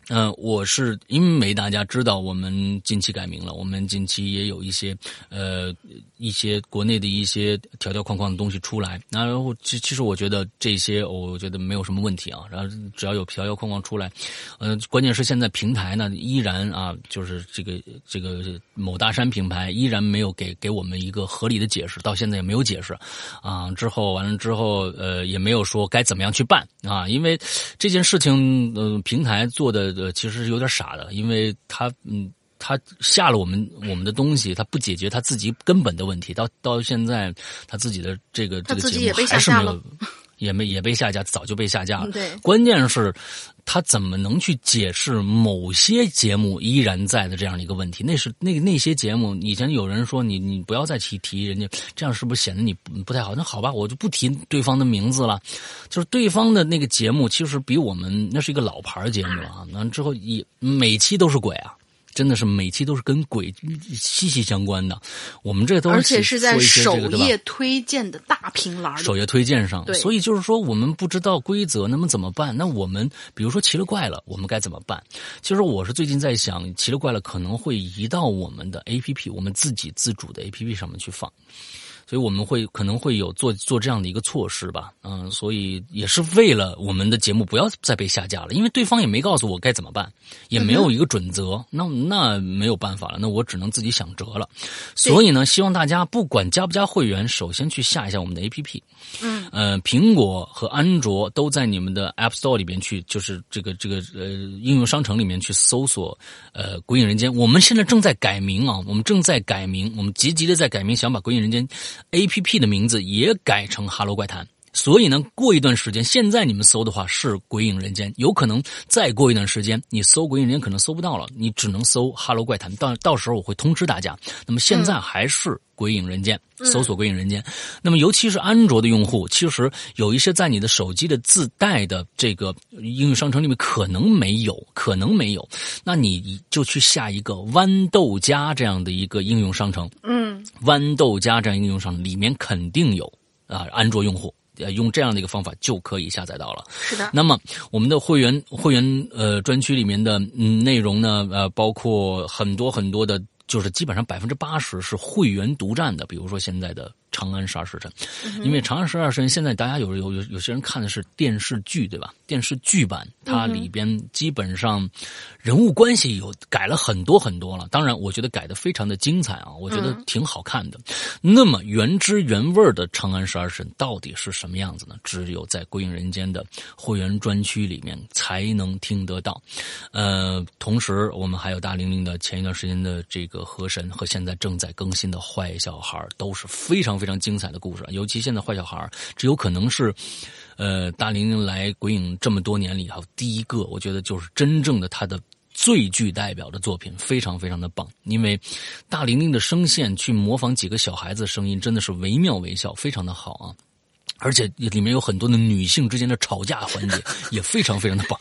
我是因为大家知道我们近期改名了，我们近期也有一些国内的一些条条框框的东西出来，然后其实我觉得这些我觉得没有什么问题啊，然后只要有条条框框出来，关键是现在平台呢依然啊，就是这个某大山品牌依然没有给我们一个合理的解释，到现在也没有解释啊。完了之后也没有说该怎么样去办啊，因为这件事情平台做的其实是有点傻的，因为他下了我们的东西，他不解决他自己根本的问题，到现在他自己的这个节目还是没有，也被下架，早就被下架了。 对， 关键是他怎么能去解释某些节目依然在的这样的一个问题？那些节目，以前有人说你不要再提人家，这样是不是显得你不太好？那好吧，我就不提对方的名字了。就是对方的那个节目，其实比我们那是一个老牌节目了啊。那之后每期都是鬼啊。真的是每期都是跟鬼息息相关的，我们这都是而且是在首页推荐的大屏栏， 首页推荐上，所以就是说我们不知道规则，那么怎么办？那我们比如说奇了怪了，我们该怎么办？其实我是最近在想，奇了怪了可能会移到我们的 APP， 我们自己自主的 APP 上面去放。所以我们可能会有做这样的一个措施吧，所以也是为了我们的节目不要再被下架了，因为对方也没告诉我该怎么办，也没有一个准则，那没有办法了，那我只能自己想辙了。所以呢，希望大家不管加不加会员，首先去下一下我们的 APP。苹果和安卓都在你们的 App Store 里边去，就是这个应用商城里面去搜索鬼影人间。我们现在正在改名啊，我们积极的在改名，想把鬼影人间APP 的名字也改成哈喽怪谈，所以呢，过一段时间，现在你们搜的话是鬼影人间，有可能再过一段时间，你搜鬼影人间可能搜不到了，你只能搜哈喽怪谈，到时候我会通知大家。那么现在还是鬼影人间，搜索鬼影人间。那么尤其是安卓的用户，其实有一些在你的手机的自带的这个应用商城里面可能没有，那你就去下一个豌豆荚这样的一个应用商城。豌豆荚这样应用商城里面肯定有安卓用户。用这样的一个方法就可以下载到了。 是的。 那么我们的会员专区里面的内容呢，包括很多很多的，就是基本上80%是会员独占的。比如说现在的《长安十二时辰》，因为《长安十二时辰》现在大家有些人看的是电视剧，对吧？电视剧版，它里边基本上人物关系有改了很多很多了。当然，我觉得改得非常的精彩啊，我觉得挺好看的。那么原汁原味的《长安十二时辰》到底是什么样子呢？只有在鬼影人间的会员专区里面才能听得到。同时我们还有大玲玲的前一段时间的这个河神和现在正在更新的坏小孩，都是非常非常精彩的故事。尤其现在坏小孩只有可能是大玲玲来鬼影这么多年里头第一个，我觉得就是真正的他的最具代表的作品，非常非常的棒。因为大玲玲的声线去模仿几个小孩子的声音，真的是惟妙惟肖，非常的好啊。而且里面有很多的女性之间的吵架环节，也非常非常的棒。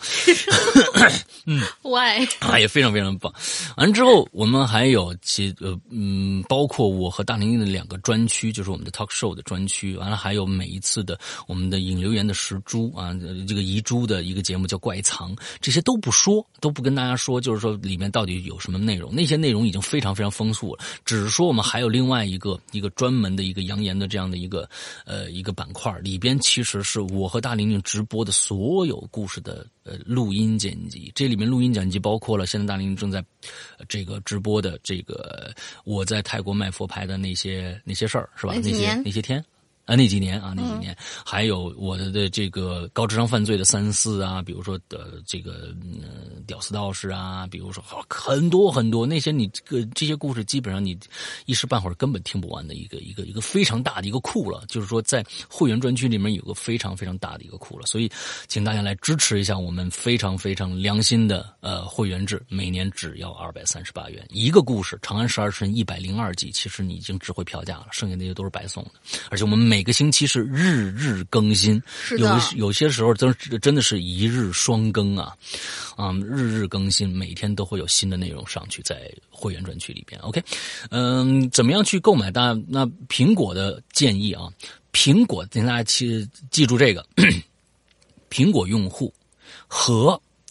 Why？ 也非常非常棒。完之后，我们还有包括我和大玲玲的2个专区，就是我们的 talk show 的专区。完了，还有每一次的我们的引流言的时猪啊，这个遗珠的一个节目叫怪藏，这些都不说，都不跟大家说，就是说里面到底有什么内容。那些内容已经非常非常丰富了，只是说我们还有另外一个专门的一个扬言的这样的一个板块。里边其实是我和大玲玲直播的所有故事的录音剪辑，这里面录音剪辑包括了现在大玲玲正在这个直播的这个我在泰国卖佛牌的那些事儿，是吧？那些天。那几年，还有我的这个高智商犯罪的3、4啊，比如说这个屌丝道士啊，比如说很多很多那些这些故事，基本上你一时半会儿根本听不完的一个非常大的一个库了。就是说，在会员专区里面有个非常非常大的一个库了，所以请大家来支持一下我们非常非常良心的会员制，每年只要238元一个故事，《长安十二时辰》102集，其实你已经值回票价了，剩下那些都是白送的，而且我们每个星期是日更新，有些时候真的是一日双更啊，日更新，每天都会有新的内容上去在会员专区里边。OK， 怎么样去购买？那苹果的建议啊，苹果请大家记住这个，苹果用户和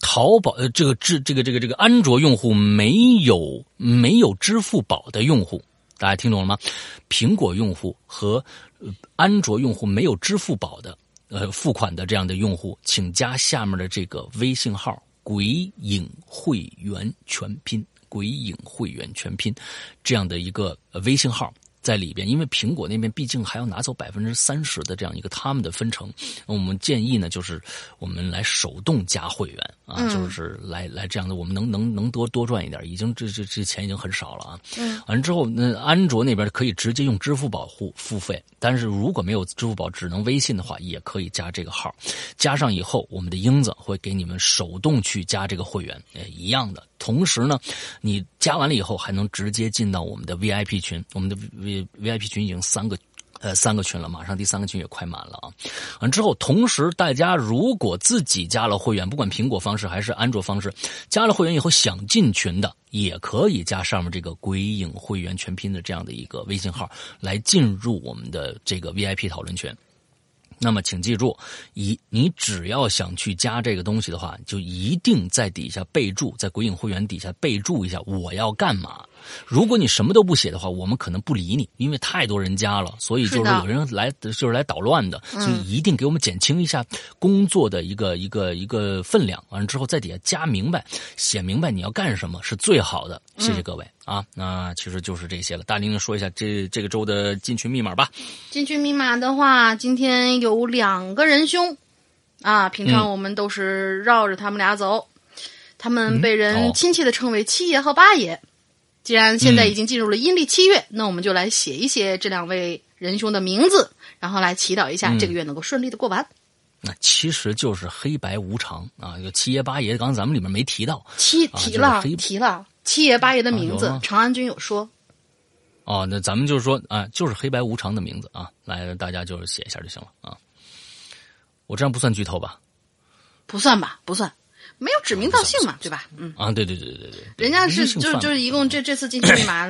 淘宝这个安卓用户没有支付宝的用户，大家听懂了吗？苹果用户和安卓用户没有支付宝的付款的这样的用户，请加下面的这个微信号“鬼影会员全拼”，鬼影会员全拼这样的一个微信号。在里边，因为苹果那边毕竟还要拿走30%的这样一个他们的分成，我们建议呢，就是我们来手动加会员啊，就是来这样的，我们能多赚一点，已经这钱已经很少了啊。完之后，那安卓那边可以直接用支付宝付费，但是如果没有支付宝，只能微信的话，也可以加这个号。加上以后，我们的英子会给你们手动去加这个会员，一样的。同时呢，你加完了以后还能直接进到我们的 VIP 群，我们的 VIP 群已经三个群了，马上第3个群也快满了啊。完之后，同时大家如果自己加了会员，不管苹果方式还是安卓方式，加了会员以后想进群的，也可以加上面这个鬼影会员全拼的这样的一个微信号来进入我们的这个 VIP 讨论群。那么请记住，你只要想去加这个东西的话，就一定在底下备注，在鬼影会员底下备注一下我要干嘛。如果你什么都不写的话，我们可能不理你，因为太多人加了，所以就是有人就是来捣乱的，所以一定给我们减轻一下工作的一个分量。完了之后在底下加明白，写明白你要干什么是最好的。谢谢各位啊，那其实就是这些了。大玲说一下这个周的进群密码吧。 进群密码的话，今天有2个仁兄啊，平常我们都是绕着他们俩走，他们被人亲切的称为七爷和八爷。既然现在已经进入了阴历7月，那我们就来写一写这2位仁兄的名字，然后来祈祷一下这个月能够顺利的过完。 那其实就是黑白无常啊，有七爷八爷，刚才咱们里面没提到， 提了七爷八爷的名字，长安君有说。 哦，那咱们就是说啊，就是黑白无常的名字啊，来大家就是写一下就行了啊。我这样不算剧透吧？ 不算吧，不算。没有指名道姓嘛，对吧？ 对， 人家是就是一共这次进群密码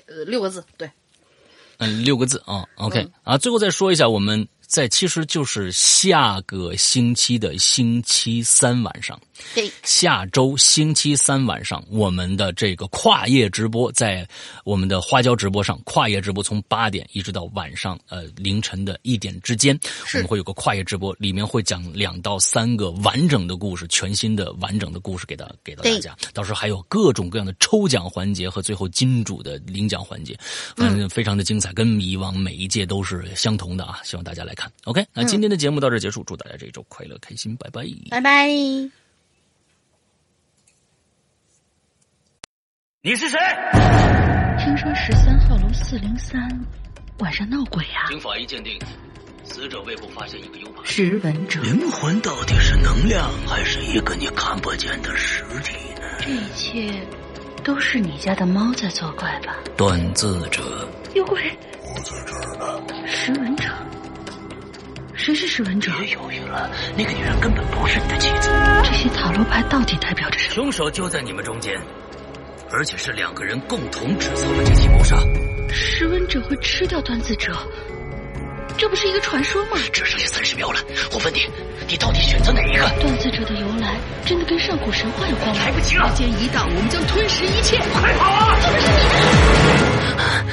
6个字，对 ，6个字啊 ，OK 啊，最后再说一下，我们其实就是下个星期的星期3晚上， 对， 下周星期3晚上，我们的这个跨夜直播在我们的花椒直播上，跨夜直播从8点一直到晚上凌晨的1点之间，我们会有个跨夜直播，里面会讲2到3个完整的故事，全新的完整的故事给到大家。到时候还有各种各样的抽奖环节和最后金主的领奖环节，反正非常的精彩，跟以往每一届都是相同的啊！希望大家来看。OK， 那今天的节目到这结束，祝大家这一周快乐开心，拜拜， 拜拜。 你是谁？ 听说13号楼403晚上闹鬼啊！ 经法医鉴定，死者胃部发现一个 U 盘。 识文者， 灵魂到底是能量，还是一个你看不见的实体呢？ 这一切都是你家的猫在作怪吧？ 断字者， 有鬼！ 我在这儿呢。 识文者，谁是识文者？ 别犹豫了，那个女人根本不是你的妻子。 这些塔罗牌到底代表着什么？ 凶手就在你们中间，而且是2个人共同制造了这起谋杀。 识文者会吃掉断字者，这不是一个传说吗？ 只剩下30秒了，我问你，你到底选择哪一个？ 断字者的由来真的跟上古神话有关吗？ 来不及了， 时间一到，我们将吞噬一切！ 快跑啊！ 这个是你的！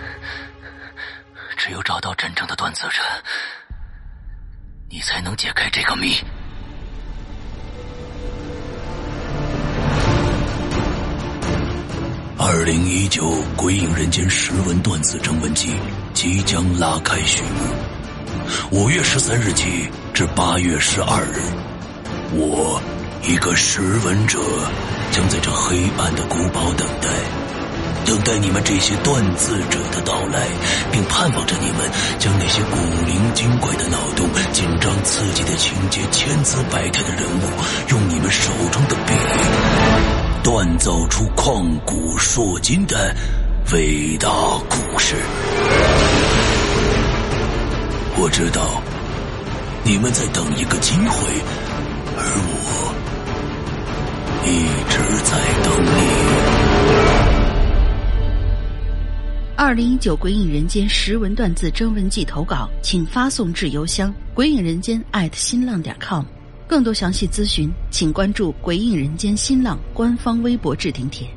只有找到真正的断字者，你才能解开这个谜。2019鬼影人间识文断字征文季即将拉开序幕，5月13日起至8月12日，我一个识文者将在这黑暗的古堡等待你们这些断字者的到来，并盼望着你们将那些古灵精怪的脑洞、紧张刺激的情节、千姿百态的人物，用你们手中的笔锻造出旷古烁今的伟大故事。我知道你们在等一个机会，而我一直在等你。 2019鬼影人间识文断字征文季投稿，请发送至邮箱鬼影人间@新浪.com。 更多详细咨询，请关注《鬼影人间》新浪官方微博置顶帖。